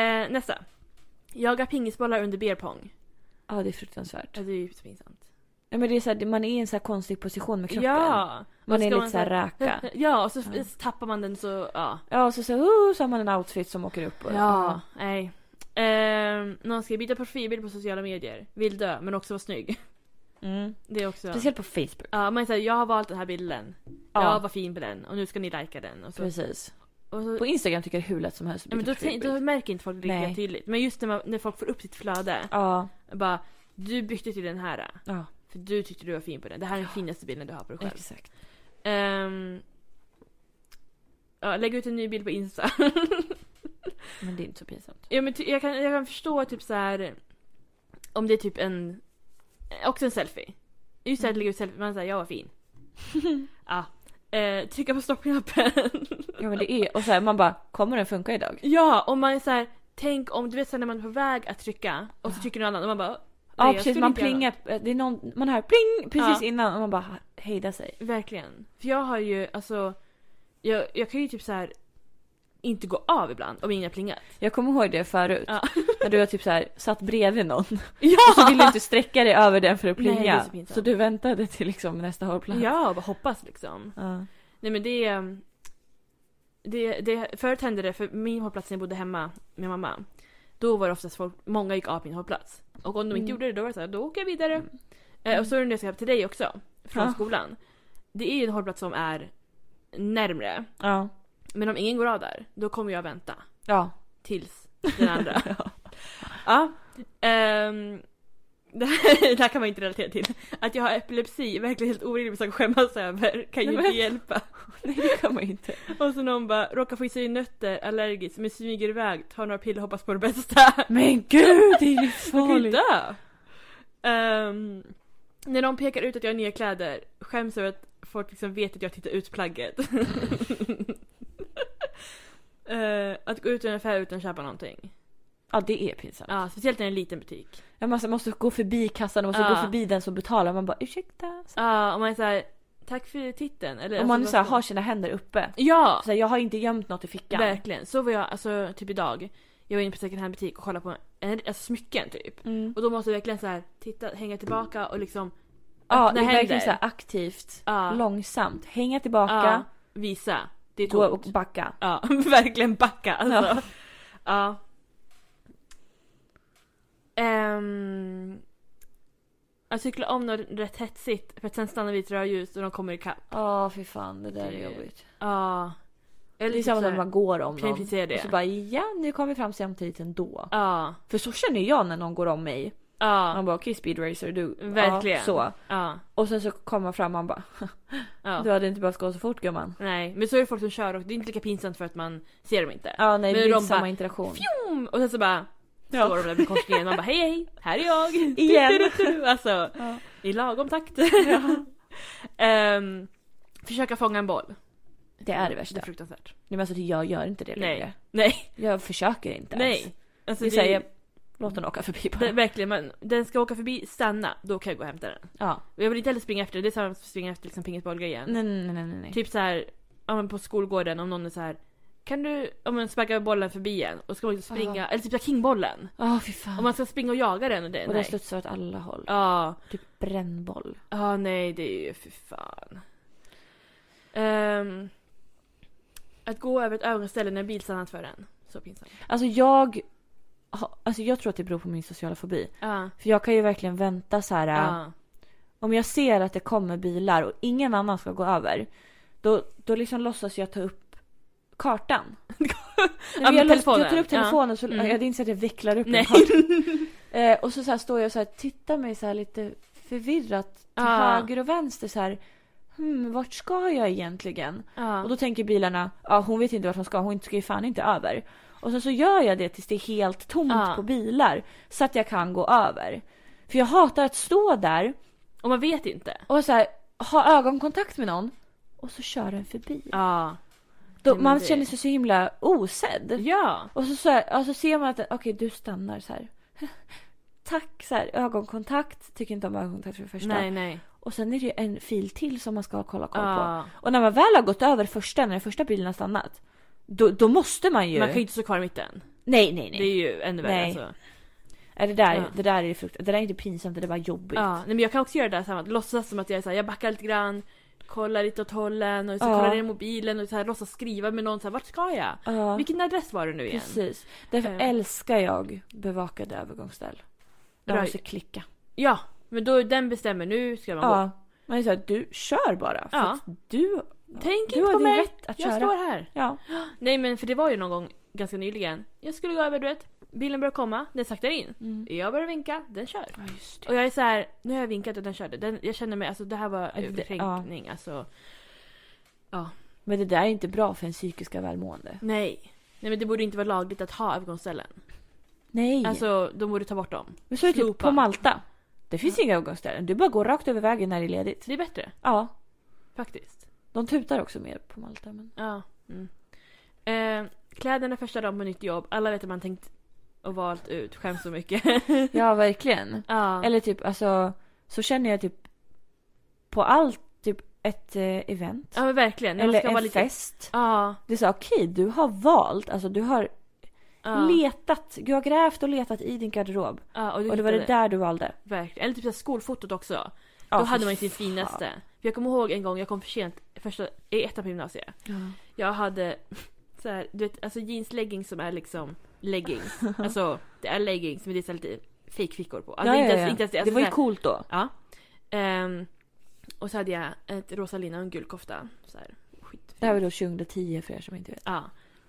B: Nästa. Jaga pingisbollar under beerpong.
A: Ja, det är fruktansvärt.
B: Ja, det är ju pinsamt.
A: Ja, men det är så här, man är i en så här konstig position med kroppen.
B: Ja.
A: Man är lite så här räka.
B: Ja, och så tappar man den så, ja.
A: Ja, och så har man en outfit som åker upp.
B: Ja, nej. Någon ska byta profilbild på sociala medier. Vill dö, men också vara snygg. Det är också...
A: Speciellt på Facebook.
B: Ja, man säger jag har valt den här bilden. Jag var fin på den och nu ska ni likea den. Och så.
A: Precis.
B: Och så...
A: På Instagram tycker jag hur lätt som helst.
B: Ja, men då märker inte folk det riktigt tydligt. Men just när folk får upp sitt flöde.
A: Ja.
B: Bara, du bytte till den här.
A: Ja.
B: För du tyckte du var fin på den. Det här är den finaste bilden du har på dig själv.
A: Exakt.
B: Lägg ut en ny bild på Insta.
A: Men det är inte så pinsamt.
B: Ja, men jag kan förstå typ så här om det är typ också en selfie. Just att lägga ut selfie, man säger jag var fin. Ja. Trycka på stoppknappen.
A: Ja, men det är, och så här, man bara, kommer den funka idag?
B: Ja, och man är så här, tänk om du vet så när man är på väg att trycka och så trycker någon annan och man bara
A: ja, precis, man plingar, det är någon, man hör pling precis innan och man bara hejdar sig.
B: Verkligen. För jag har ju, alltså jag kan ju typ så här inte gå av ibland om ingen har plingat.
A: Jag kommer ihåg det förut. Ja. När du har typ så här satt bredvid någon.
B: Ja!
A: Och så vill du inte sträcka dig över den för att plinga.
B: Nej,
A: så du väntade till liksom nästa hållplats.
B: Ja, bara hoppas liksom.
A: Ja.
B: Nej, men det förut hände det, för min hållplats när jag bodde hemma med mamma. Då var det oftast många gick av min hållplats. Och om de inte gjorde det, då var det så här, då åker jag vidare. Och så är det när jag ska till dig också. Från skolan. Det är ju en hållplats som är närmre. Ja. Men om ingen går av där, då kommer jag vänta. Ja. Tills den andra. Ja. Det här kan man inte relatera till. Att jag har epilepsi, verkligen helt orimligt att skämmas över. Kan ju inte hjälpa.
A: Nej, det kan man inte.
B: Och så någon bara, råkar få i sig nötter, allergisk, men smyger iväg, tar några piller och hoppas på det bästa.
A: Men gud, det är livsfarligt.
B: När de pekar ut att jag har nya kläder, skäms över att folk liksom vet att jag tittar ut plagget. Att gå ut i en affär utan att köpa någonting.
A: Ja, det är pinsamt.
B: Ja, speciellt när det är en liten butik.
A: Ja, man måste gå förbi kassan och måste gå förbi den som betalar. Man bara, ursäkta.
B: Ja, och man är såhär, tack för titeln. Eller,
A: och man så här, har sina händer uppe.
B: Ja.
A: Så här, jag har inte gömt något i fickan.
B: Verkligen. Så var jag, alltså typ idag. Jag var inne på second hand butik och kollade på smycken typ. Och då måste jag verkligen så här titta, hänga tillbaka och liksom
A: ja, det är verkligen så här aktivt, långsamt. Hänga tillbaka.
B: Visa. Det är
A: gå och backa.
B: Ja, verkligen backa. Alltså. Ja. Jag cyklar om något rätt hetsigt för att sen stannar vid ett rödljus och de kommer ikapp.
A: Ja, fy fan, det där är jobbigt.
B: Ja.
A: Det är samma när man går om någon.
B: Det.
A: Och så bara, ja, nu kommer vi fram samtidigt ändå. Ja. För så känner jag när någon går om mig. Ja. Man bara, okej, speed racer, du.
B: Verkligen.
A: Ja, så. Ja. Och sen så kommer man fram och man bara, du hade inte bara gå så fort, gumman.
B: Nej, men så är det folk som kör och det är inte lika pinsamt för att man ser dem inte.
A: Ja, nej, det är inte samma interaktion.
B: Fjum! Och sen så bara står de där vid korsningen. Man bara, hej, här är jag.
A: Igen.
B: Alltså, i lagom takt. Försöka fånga en boll.
A: Det är det värsta.
B: Det är fruktansvärt.
A: Nej, men alltså, jag gör inte det längre.
B: Nej.
A: Jag försöker inte
B: ens.
A: Nej.
B: Alltså,
A: det säger, låt den åka förbi bara.
B: Verkligen, men den ska åka förbi, stanna. Då kan jag gå och hämta den. Ja. Jag vill inte heller springa efter det. Det är samma som springa efter liksom pingisbollgrejen.
A: Nej.
B: Typ så här, på skolgården, om någon är så här, kan du, om man sparkar bollen förbi en och ska man inte springa, eller typ kingbollen.
A: Fy fan.
B: Om man ska springa och jaga den och det.
A: Och den studsar åt alla håll. Typ brännboll.
B: Nej, det är ju för fan. Att gå över ett övergångsställe när bil stannat för en. Så pinsamt.
A: Alltså jag tror att det beror på min sociala fobi. För jag kan ju verkligen vänta så här. Om jag ser att det kommer bilar och ingen annan ska gå över, då liksom låtsas jag ta upp kartan. Jag tar upp telefonen så jag inte så att jag vecklar upp en karta. Och så här står jag så här, tittar mig så här lite förvirrat till höger och vänster så här. Vart ska jag egentligen? Och då tänker bilarna, hon vet inte vart hon ska, hon ska ju fan inte över. Och så gör jag det tills det är helt tomt på bilar så att jag kan gå över. För jag hatar att stå där
B: och man vet inte.
A: Och så här, ha ögonkontakt med någon och så kör den förbi. Då, man känner sig så himla osedd. Och så ser man att okej, du stannar så här. Tack, så här, ögonkontakt. Tycker inte om ögonkontakt för det första.
B: Nej.
A: Och sen är det ju en fil till som man ska kolla på. Och när man väl har gått över när den första bilen har stannat, då måste man ju...
B: Man kan ju inte stå kvar i mitten.
A: Nej.
B: Det är ju ännu värre. Alltså.
A: Det där är frukt. Det där är inte pinsamt, det är bara jobbigt.
B: Ja, nej, men jag kan också göra det där samma. Låtsas som att jag är så här, jag backar lite grann, kollar lite åt hållen och så kollar ner mobilen och så här låtsas skriva med någon så här, vart ska jag? Vilken adress var det nu igen?
A: Precis. Därför älskar jag bevakade övergångsställ. Jag måste klicka.
B: Ja, men då den bestämmer, nu ska man gå.
A: Men det är så här, du kör bara. För
B: tänk inte på mig, att jag står här.
A: Ja.
B: Nej, men för det var ju någon gång ganska nyligen. Jag skulle gå över, du vet. Bilen börjar komma, den saktar in. Jag börjar vinka, den kör. Och jag är så här, nu har jag vinkat och den körde. Jag känner mig, alltså det här var överkränkning. Alltså,
A: Men det där är inte bra för en psykiska välmående.
B: Nej, men det borde inte vara lagligt att ha övergångsställen.
A: Nej.
B: Alltså, de borde ta bort dem.
A: Men så är det typ på Malta. Det finns inga övergångsställen. Du bara går rakt över vägen när det är ledigt.
B: Det är bättre.
A: Ja.
B: Faktiskt.
A: De tutar också mer på Malta. Men...
B: Ja. Kläderna första dagen på nytt jobb. Alla vet att man tänkt och valt ut. Skäms så mycket.
A: Ja, verkligen.
B: Ja.
A: Eller typ, alltså, så känner jag typ på allt, typ ett event.
B: Ja, men verkligen.
A: Eller ska en vara fest.
B: Ja.
A: Det är så, okej, du har valt, alltså du har letat, du har grävt och letat i din garderob.
B: Ja,
A: och det var det där du valde.
B: Verkligen. Eller typ så skolfotot också. Då hade man ju sin finaste. För jag kommer ihåg en gång, jag kom för sent i ettan på gymnasiet. Jag hade så här, du vet, alltså jeansleggings som är liksom leggings. Alltså, det är leggings men det är så lite fake-fickor på. Alltså, inte ens, alltså,
A: det var ju coolt då.
B: Ja. Och så hade jag ett rosa linne och en gul kofta. Så här, skitfint.
A: Det här var då 2010 för er som inte vet.
B: Ja.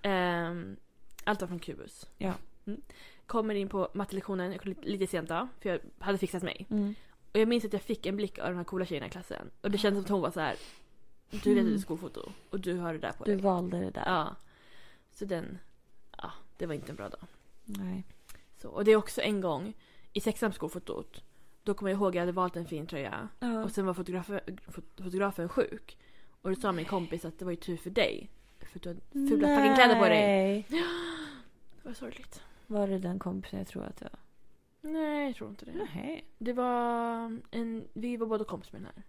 B: Allt var från Kubus.
A: Ja.
B: Kommer in på mattelektionen lite sent då, för jag hade fixat mig. Och jag minns att jag fick en blick av de här coola tjejerna i klassen. Och det kändes som att hon var så här: du vet ett skolfoto och du har det där på dig.
A: Du valde det där.
B: Ja. Så det var inte en bra dag.
A: Nej.
B: Så, och det är också en gång i sexan skolfotot. Då kommer jag ihåg att jag hade valt en fin tröja. Och sen var fotografen sjuk. Och då sa min kompis att det var ju tur för dig. För du har fula fucking kläder på dig. Det var sorgligt.
A: Var det den kompisen jag tror att det var?
B: Nej, jag tror inte det.
A: Nej.
B: Det var vi var båda kompis med den här.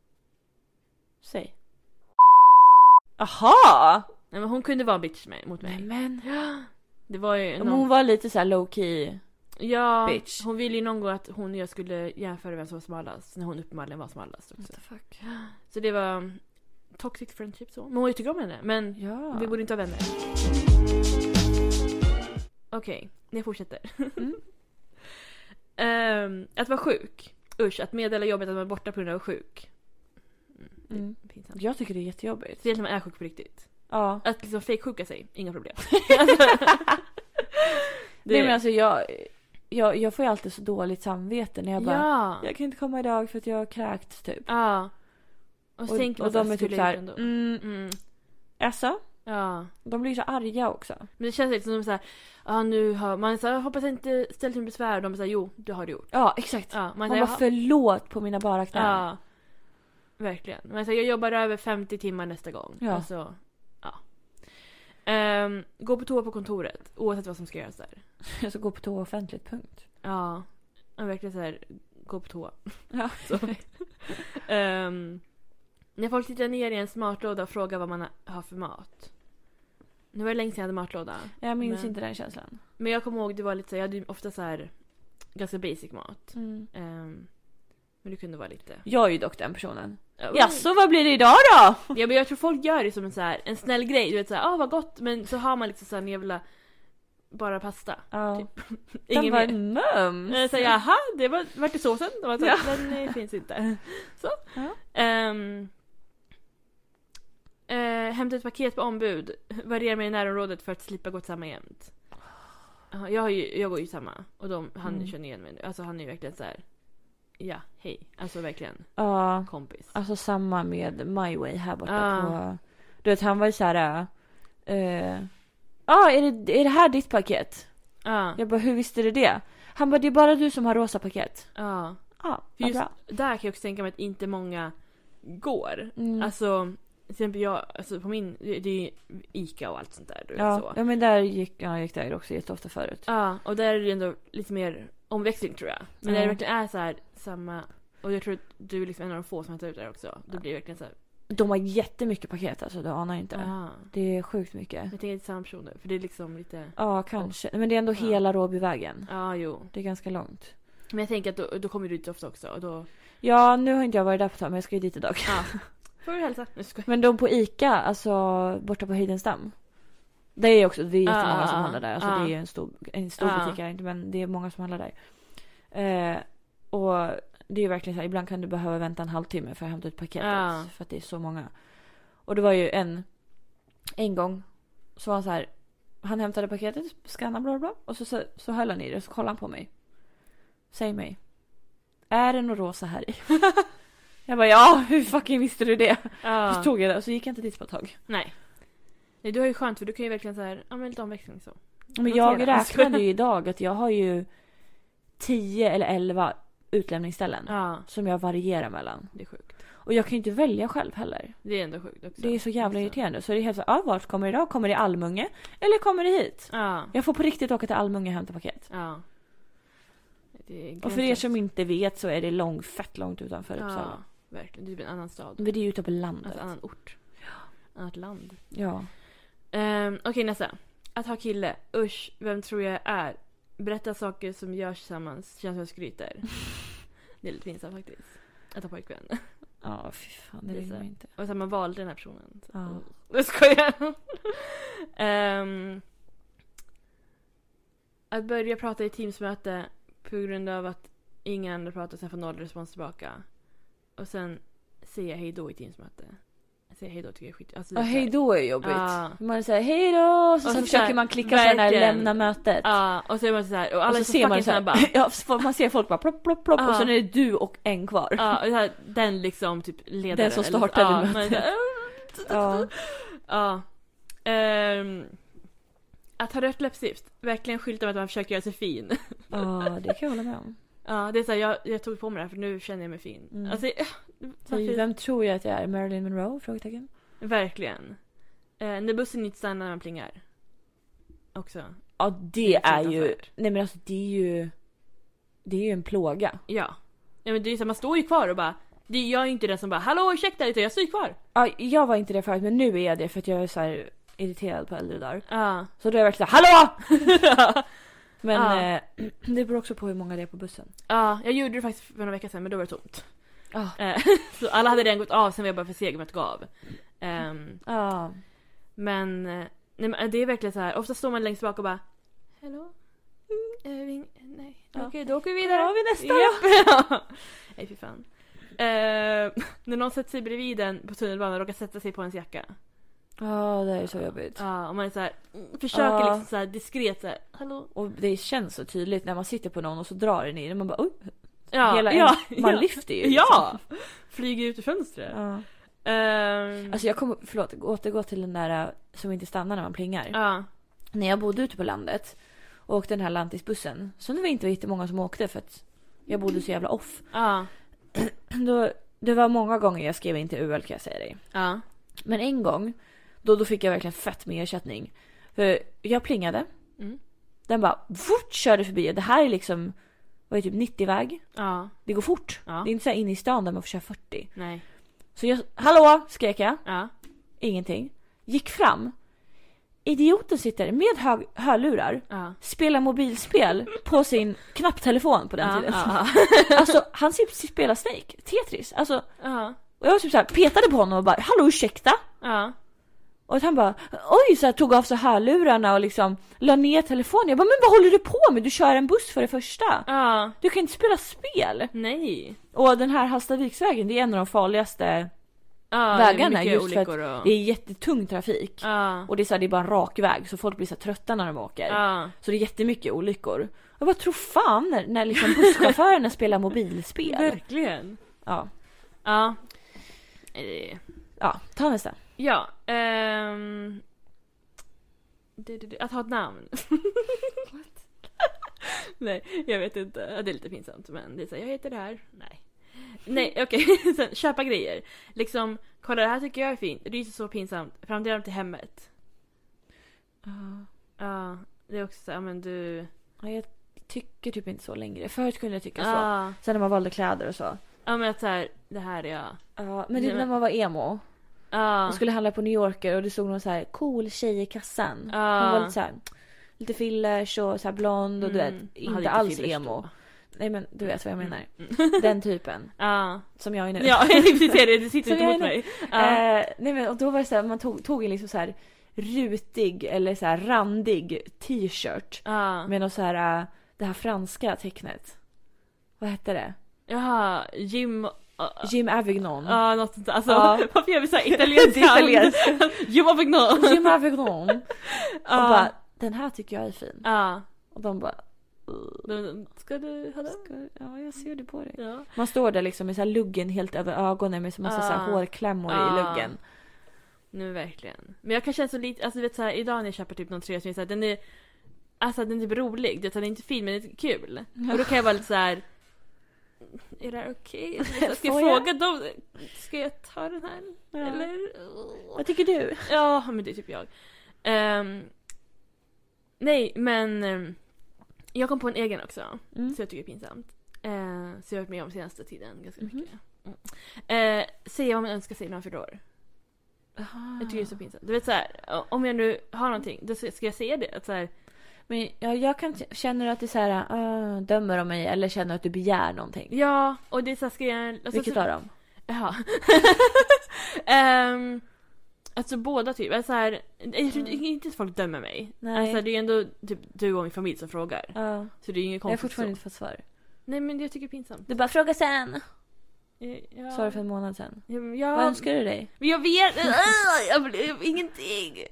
A: Säg. Aha!
B: Nej, men hon kunde vara en bitch mot mig.
A: Men
B: det var ju
A: hon var lite så här low key.
B: Ja,
A: bitch.
B: Hon ville ju någon gång att hon och jag skulle jämföra vem som var smalast. När hon uppenbarligen var smalast också.
A: What the fuck?
B: Så det var toxic friendship så. Men hon tycker om henne. Men vi borde inte ha vänner. Okej, jag fortsätter. Att vara sjuk. Usch, att meddela jobbet att man är borta på grund av sjuk. Pinsamt.
A: Jag tycker det är jättejobbigt.
B: Speciellt när man är sjuk på riktigt.
A: Ja.
B: Att liksom fake-sjuka sig, inga problem.
A: Nej, men alltså jag får ju alltid så dåligt samvete när jag bara jag kan inte komma idag för att jag har kräkt typ.
B: Ja. Och
A: de är typ så här alltså?
B: Ja.
A: De blir så arga också.
B: Men det känns lite som så här, nu har man så här, hoppas jag inte ställt till besvär. De säger jo, det har du gjort.
A: Ja, exakt.
B: Ja,
A: man bara förlåt på mina bara knän.
B: Ja. Verkligen. Men jag jobbar över 50 timmar nästa gång.
A: Ja.
B: Alltså, gå på toa på kontoret oavsett vad som ska göras där.
A: Alltså gå på toa offentligt, punkt.
B: Ja. Verkligen så här, gå på toa.
A: Ja.
B: Så. När folk tittar ner i en smartlåda och frågar vad man har för mat. Nu var det länge sedan jag hade matlåda.
A: Jag minns inte den känslan.
B: Men jag kommer ihåg, det var lite så, jag hade ofta så här ganska basic mat. Men det kunde vara lite.
A: Jag är ju dock den personen. Så vad blir det idag då?
B: Ja, men jag tror folk gör det som en snäll grej. Du vet såhär, vad gott. Men så har man liksom såhär, jävla bara pasta. Typ.
A: Ingen bara mums.
B: Så jaha, det var i såsen. De så, den finns inte. Så. Hämta ett paket på ombud. Variera mig i närområdet för att slippa gå samma jämt. Jag går ju samma. Och han känner igen mig nu. Alltså han är ju verkligen så här. Ja, hej. Alltså verkligen. Kompis.
A: Alltså samma med My Way här borta på. Du vet, han var ju så här. Är det här ditt paket? Jag bara, hur visste du det? Han bara, det är bara du som har rosa paket.
B: Just bra. Där kan jag också tänka mig att inte många går. Alltså till exempel alltså på min, det är Ica och allt sånt där. Du vet, så.
A: Ja, men där gick där också jätteofta förut.
B: Ja, och där är det ändå lite mer omväxling tror jag. Men det verkligen är så här samma, och jag tror att du är liksom en av de få som hämtar ut där också. Då blir det verkligen så här
A: De har jättemycket paket, alltså du anar inte.
B: Aha.
A: Det är sjukt mycket.
B: Jag tänker inte samma personer, för det är liksom lite...
A: Ja, kanske. Men det är ändå hela Råbyvägen.
B: Ja, jo.
A: Det är ganska långt.
B: Men jag tänker att då kommer du dit ofta också. Och då...
A: Ja, nu har inte jag varit där på ett tag, men jag ska ju dit idag.
B: Ja. Får du hälsa?
A: Men de på Ica, alltså borta på Heidenstam. Det är också, det är jättemånga som handlar där. Alltså det är ju en stor butik här, inte, men det är många som handlar där. Och det är ju verkligen så här, ibland kan du behöva vänta en halvtimme för att hämta ut paketet. För att det är så många. Och det var ju en gång så var han så här, han hämtade paketet, skannade bla bla, och så höll han i det och så kollade han på mig. Säg mig. Är det något rosa här i? Jag bara, ja, hur fucking visste du det? Så tog jag det och så gick jag inte dit på ett tag.
B: Nej. Du har ju skönt, för du kan ju verkligen så här, använda lite omväxling så.
A: Men jag räknade ju idag att jag har ju 10 eller 11 utlämningsställen som jag varierar mellan.
B: Det är sjukt.
A: Och jag kan ju inte välja själv heller.
B: Det är ändå sjukt också.
A: Det är så jävla irriterande. Så det är helt så, vart kommer det idag? Kommer det i Almunge? Eller kommer det hit? Jag får på riktigt åka till Almunge och hämta paket. Och för er som inte vet så är det fett långt utanför Uppsala.
B: Verkligen. Det är en annan stad.
A: Men det är ju ute på landet.
B: En annan ort. Annat land.
A: Ja.
B: Okej, nästa. Att ha kille. Usch, vem tror jag är? Berätta saker som görs tillsammans. Känns som jag skryter. Det är lite pinsamt faktiskt. Att ha pojkvän.
A: Ja, fy fan. Det vill man inte.
B: Och så man valde den här personen.
A: Ja.
B: Jag skojar. Att börja prata i Teamsmöte på grund av att ingen andra pratar, sen får 0 respons tillbaka. Och sen säger hej då i Teamsmöte. Säger hej då tycker jag är skit. Alltså,
A: hej då är jobbigt. Man säger hej då, så försöker man klicka på den här lämna mötet.
B: Ja, och så är man så här, och alla
A: och så ser man så här, bara, man ser folk bara plopp plopp plopp och så är det du och en kvar.
B: Ja, och så här, den liksom typ ledaren.
A: Den som startade mötet.
B: Att ha rött läppstift, verkligen skylta med att man försöker göra sig fin.
A: Ja, det kan jag hålla med om.
B: Ja, det är så här, jag tog på mig det här för nu känner jag mig fin. Alltså,
A: vem tror jag att jag är? Marilyn Monroe? Frågetecken.
B: Verkligen. När bussen inte stannar när man plingar. Också.
A: Ja, det är ju... Nej, men alltså det är ju en plåga.
B: Ja. Men det är så här, man står ju kvar och bara... Jag är inte den som bara, hallå, ursäkta, utan jag står ju kvar.
A: Ja, jag var inte det förut, men nu är jag det för att jag är så här irriterad på äldre där. Så då är jag verkligen så här, hallå! Men det beror också på hur många det är på bussen. Ja,
B: jag gjorde det faktiskt för några veckor sedan, men då var det tomt. Så alla hade redan gått av, sen var jag bara för seg med att gå av. Men nej, det är verkligen så här. Ofta står man längst bak och bara, hallå? Nej. Okej, då åker vi vidare.
A: Då har vi nästa.
B: Nej, fy fan. När någon sätter sig bredvid den på tunnelbanan och råkar sätta sig på ens jacka.
A: Ja, det är så jobbigt.
B: Ja, och man är så här, försöker liksom så här diskret så här, hallå.
A: Och det känns så tydligt när man sitter på någon och så drar den i den. Man bara, man lyfter ju.
B: Liksom. Flyger ut ur fönstret.
A: Alltså jag kommer, återgå till den där som inte stannar när man plingar. När jag bodde ute på landet och åkte den här lantisbussen, så det var inte jättemånga som åkte för att jag bodde så jävla off. Det var många gånger jag skrev in till UL, kan jag säga dig. Men en gång då fick jag verkligen fett med ersättning. För jag plingade. Den bara körde förbi. Det här är liksom, vad är typ 90-väg. Det går fort. Det är inte så här inne i stan där man får köra 40.
B: Nej.
A: Så jag, hallå, skrek jag. Ingenting. Gick fram. Idioten sitter med hörlurar. Spelar mobilspel på sin knapptelefon på den tiden. Alltså, han spelar Snake. Tetris. Alltså, och jag var typ så här, petade på honom och bara, hallå, ursäkta? Och han bara, oj, så här, tog av sig hörlurarna och liksom la ner telefonen. Jag bara, men vad håller du på med? Du kör en buss för det första. Du kan inte spela spel.
B: Nej.
A: Och den här Hallstaviksvägen, det är en av de farligaste vägarna, just för att det är jättetung trafik. Och det är så här, det är bara en rak väg, så folk blir så trötta när de åker. Så det är jättemycket olyckor. Jag bara, tror fan när liksom busschaufförerna spelar mobilspel.
B: Verkligen.
A: Ja, ta nästa.
B: Ja, att ha ett namn. Nej, jag vet inte. Det är lite pinsamt, men det är så här, jag heter det här. Nej, okej. Sen köpa grejer. Liksom, kolla, det här tycker jag är fint. Det är så pinsamt. Framtida till hemmet. Det är också så här, men du...
A: Jag tycker typ inte så längre. Förut kunde jag tycka så. Sen när man valde kläder och så.
B: Ja, men att så här, det här är jag.
A: Men det när man var emo. Och skulle handla på New Yorker och det stod någon så här cool tjej i kassan. Hon var lite så här, lite fillers och så här blond och du vet, inte alls emo. Då. Nej men du vet vad jag menar. Den typen. Som jag är nu. Ja,
B: det sitter inte mot mig.
A: Nej men och då var det så här, man tog en liksom så här rutig eller så här randig t-shirt med något så här det här franska tecknet. Vad hette det?
B: Jaha,
A: Jim Avignon.
B: Ja, något sånt. Alltså, varför gör vi så här italienskt? Jim Avignon.
A: Jim Avignon. Och bara, den här tycker jag är fin. Och de bara,
B: ska du ha den?
A: Ja, jag ser det på dig.
B: Ja.
A: Man står där liksom med så här luggen helt över ögonen med så massa så här hårklämmor i luggen.
B: Nu verkligen. Men jag kan känna så lite, alltså vet så här, idag när jag köper typ någon tröja som är så här, den är typ rolig. Det är inte fin men det är kul. Och då kan jag vara lite så här, är det här okej? Ska jag fråga dem? Ska jag ta den här? Ja. Eller?
A: Vad tycker du?
B: Ja, men det är typ jag. Nej, men jag kom på en egen också. Så jag tycker det är pinsamt. Så jag har varit med om senaste tiden ganska mycket. Säga vad man önskar sig när man förlorar. Jag tycker det är så pinsamt. Du vet så här, om jag nu har någonting, då ska jag säga det. Att så här,
A: men jag kan känna att det är så här, dömer de mig eller känner att du begär någonting.
B: Ja, och det är så här, ska jag... Alltså,
A: vilket av dem?
B: Ja. Alltså båda typ. Alltså här, jag tror inte att folk dömer mig.
A: Nej.
B: Alltså det är ändå typ du och min familj som frågar. Så det är inget konstigt.
A: Jag har fortfarande inte fått svar.
B: Nej, men jag tycker det är pinsamt.
A: Du bara fråga sen.
B: Ja.
A: Sa du för en månad sedan.
B: Ja.
A: Vad önskar du dig?
B: Men jag vet jag blev ingenting.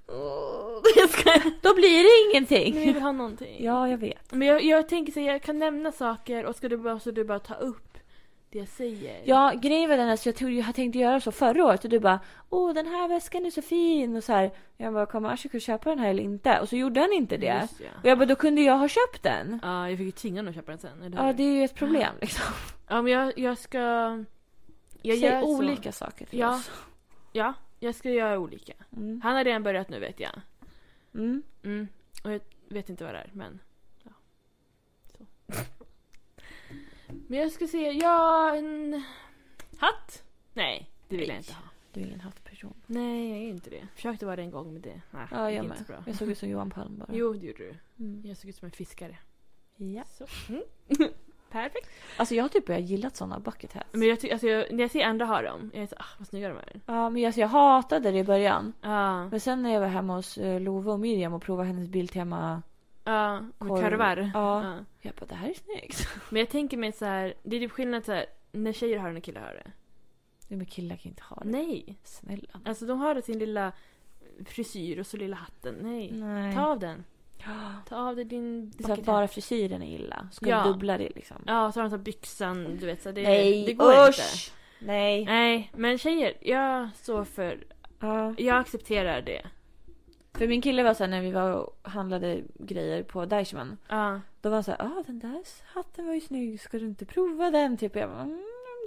A: Då blir det ingenting.
B: Men jag vill ha någonting.
A: Ja, jag vet.
B: Men jag tänker så jag kan nämna saker och ska du bara ta upp det jag säger.
A: Ja, grejen var den att jag tänkte göra så förra året och du bara, den här väskan är så fin och så här. Jag bara, kommer Ashiko köpa den här eller inte? Och så gjorde han inte det.
B: Just, ja.
A: Och jag bara, då kunde jag ha köpt den.
B: Ja, jag fick ju tvinga honom att köpa den sen. Eller
A: ja, det är ju ett problem liksom.
B: Ja, men jag ska... Jag
A: gör olika saker till oss.
B: Ja, jag ska göra olika. Han har redan börjat nu, vet jag. Och jag vet inte vad det är, men... Ja. Så. Men jag ska se, en hatt? Nej, det vill jag inte ha.
A: Du är ingen hattperson.
B: Nej, jag är inte det. Försökte vara det en gång med det. Nej,
A: ja, jag
B: med.
A: med. Jag såg ut som Johan Palm bara.
B: Jo, det gjorde du. Jag såg ut som en fiskare.
A: Ja.
B: Så. Perfekt.
A: Alltså jag har typ börjat gilla sådana bucket hats.
B: Men jag när jag ser andra ha dem, jag är så, vad snygga de är.
A: Ja, men jag hatade det i början. Men sen när jag var hemma hos Love och Miriam och provade hennes Biltema.
B: Med karvar.
A: Ja. Jag bara, det här är snyggt.
B: Men jag tänker mig så här, det är typ skillnad så här, när tjejer har det, när killar har det.
A: Nej, men killar kan inte ha det.
B: Nej.
A: Snälla.
B: Alltså de har sin lilla frisyr och så lilla hatten. Nej. Ta av den. Ta av dig din...
A: Det är så bara frisyren är illa. Ska du dubbla det liksom.
B: Ja, så har de så byxan, du vet. Så
A: nej,
B: det går inte.
A: Nej,
B: men tjejer, jag står för... Jag accepterar det.
A: För min kille var så här, när vi var och handlade grejer på Deichmann. Då var han så här, den där hatten var ju snygg. Ska du inte prova den? Typ jag bara,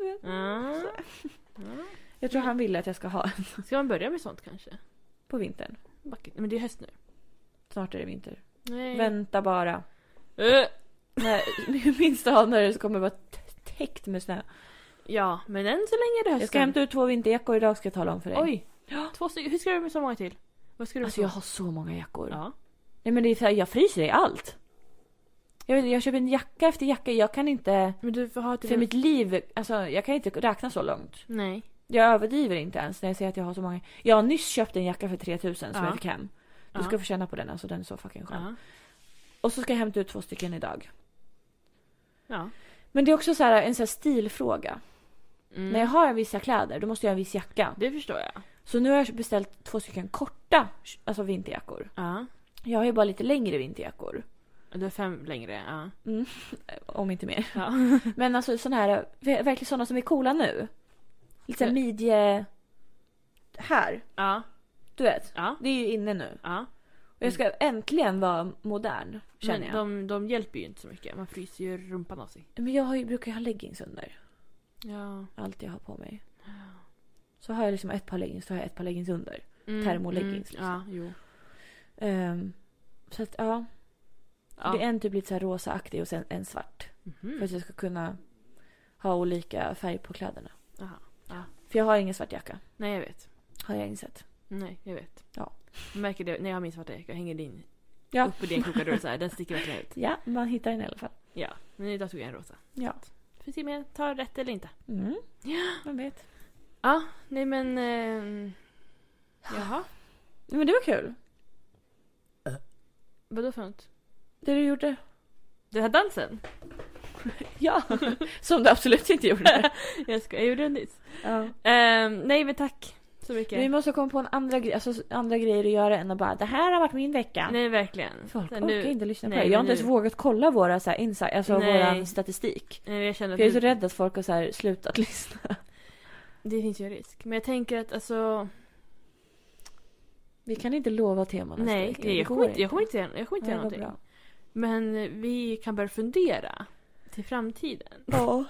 A: jag tror han ville att jag ska ha en. Ska
B: man börja med sånt kanske?
A: På vintern.
B: Men det är höst nu.
A: Snart är det vinter.
B: Nej.
A: Vänta bara. Min stad när det kommer vara täckt med snö.
B: Ja, men än så länge är det hösten.
A: Jag ska hämta ut 2 vinterjackor idag, ska jag tala om för dig.
B: Oj, 2 stycken. Hur ska du med så många till? Vad ska du
A: jag har så många jackor.
B: Ja.
A: Nej, men det är så här, jag fryser i allt. Jag köper en jacka efter jacka. Jag kan inte...
B: Men du får ha till
A: för mitt liv, alltså jag kan inte räkna så långt.
B: Nej.
A: Jag överdriver inte ens när jag säger att jag har så många. Jag har nyss köpt en jacka för 3000 som jag fick hem. Du ska få känna på den, alltså den är så fucking skön. Och så ska jag hämta ut 2 stycken idag.
B: Ja.
A: Men det är också så här, en så här stilfråga. När jag har vissa kläder, då måste jag ha en viss jacka.
B: Det förstår jag.
A: Så nu har jag beställt 2 stycken korta, alltså vinterjackor. Jag har ju bara lite längre vinterjackor.
B: Du har 5 längre,
A: Om inte mer. Men alltså sådana här, verkligen sådana som är coola nu. Lite såhär midje... Här. Du vet, det är ju inne nu. Och jag ska äntligen vara modern, känner jag.
B: Men de hjälper ju inte så mycket. Man fryser ju rumpan av sig.
A: Men jag brukar ha leggings under.
B: Ja.
A: Allt jag har på mig. Så har jag liksom ett par leggings, så har jag ett par leggings under. Termoleggings liksom.
B: Ja, jo.
A: Så att, det är en typ lite så här rosa-aktig och sen en svart. För att jag ska kunna ha olika färg på kläderna.
B: Aha. Ja.
A: För jag har ingen svart jacka.
B: Nej, jag vet.
A: har jag insett.
B: Nej, jag vet.
A: Ja.
B: Jag märker det när jag har min svarta jacka. Jag hänger din
A: Ja.
B: upp i din kokardörr så här. Den sticker verkligen ut.
A: Ja, man hittar den i alla fall.
B: Ja, men idag tog jag en rosa.
A: Ja.
B: Får se om jag tar rätt eller inte.
A: Ja, man vet.
B: Ja, nej men... jaha.
A: Men det var kul.
B: Vadå för något?
A: Det du gjorde.
B: Den här dansen?
A: Ja, som du absolut inte gjorde.
B: Jag gjorde den nyss.
A: Ja.
B: Nej men tack så mycket.
A: Vi måste komma på andra grejer att göra än att bara, det här har varit min vecka.
B: Nej verkligen.
A: Folk
B: Så
A: orkar inte lyssna på
B: nej,
A: det. Jag har inte
B: nu-
A: ens vågat kolla våra så här insight, alltså
B: Nej.
A: våran statistik.
B: Nej, jag känner
A: För jag är så rädd att folk har så här slutat lyssna.
B: Det finns ju en risk. Men jag tänker att alltså...
A: Vi kan inte lova teman.
B: Nej, jag kommer inte göra någonting.
A: Bra.
B: Men vi kan börja fundera till framtiden.
A: Ja.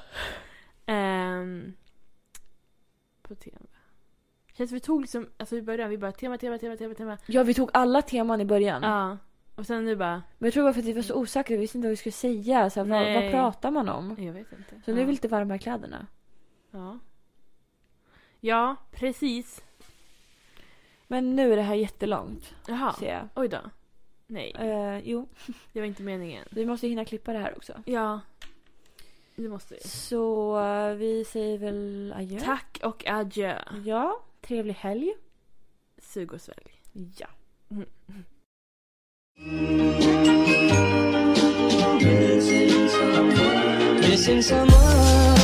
B: På tema. Känns vi tog liksom, alltså vi bara tema.
A: Ja, vi tog alla teman i början.
B: Ja. Och sen nu bara,
A: Men jag tror bara för att vi var så osäkra. Vi visste inte vad vi skulle säga. Så här, vad
B: Nej.
A: pratar man om?
B: jag vet inte.
A: Så nu är vi lite varma i kläderna.
B: Ja. Ja, precis.
A: Men nu är det här jättelångt.
B: Jaha.
A: Ser jag.
B: Oj då. Nej,
A: Jo,
B: det var inte meningen.
A: vi måste hinna klippa det här också.
B: Ja. Det måste vi.
A: Så vi säger väl adjö.
B: Tack och adjö.
A: Ja, trevlig helg.
B: Sug och svälj.
A: Ja.
C: Missing someone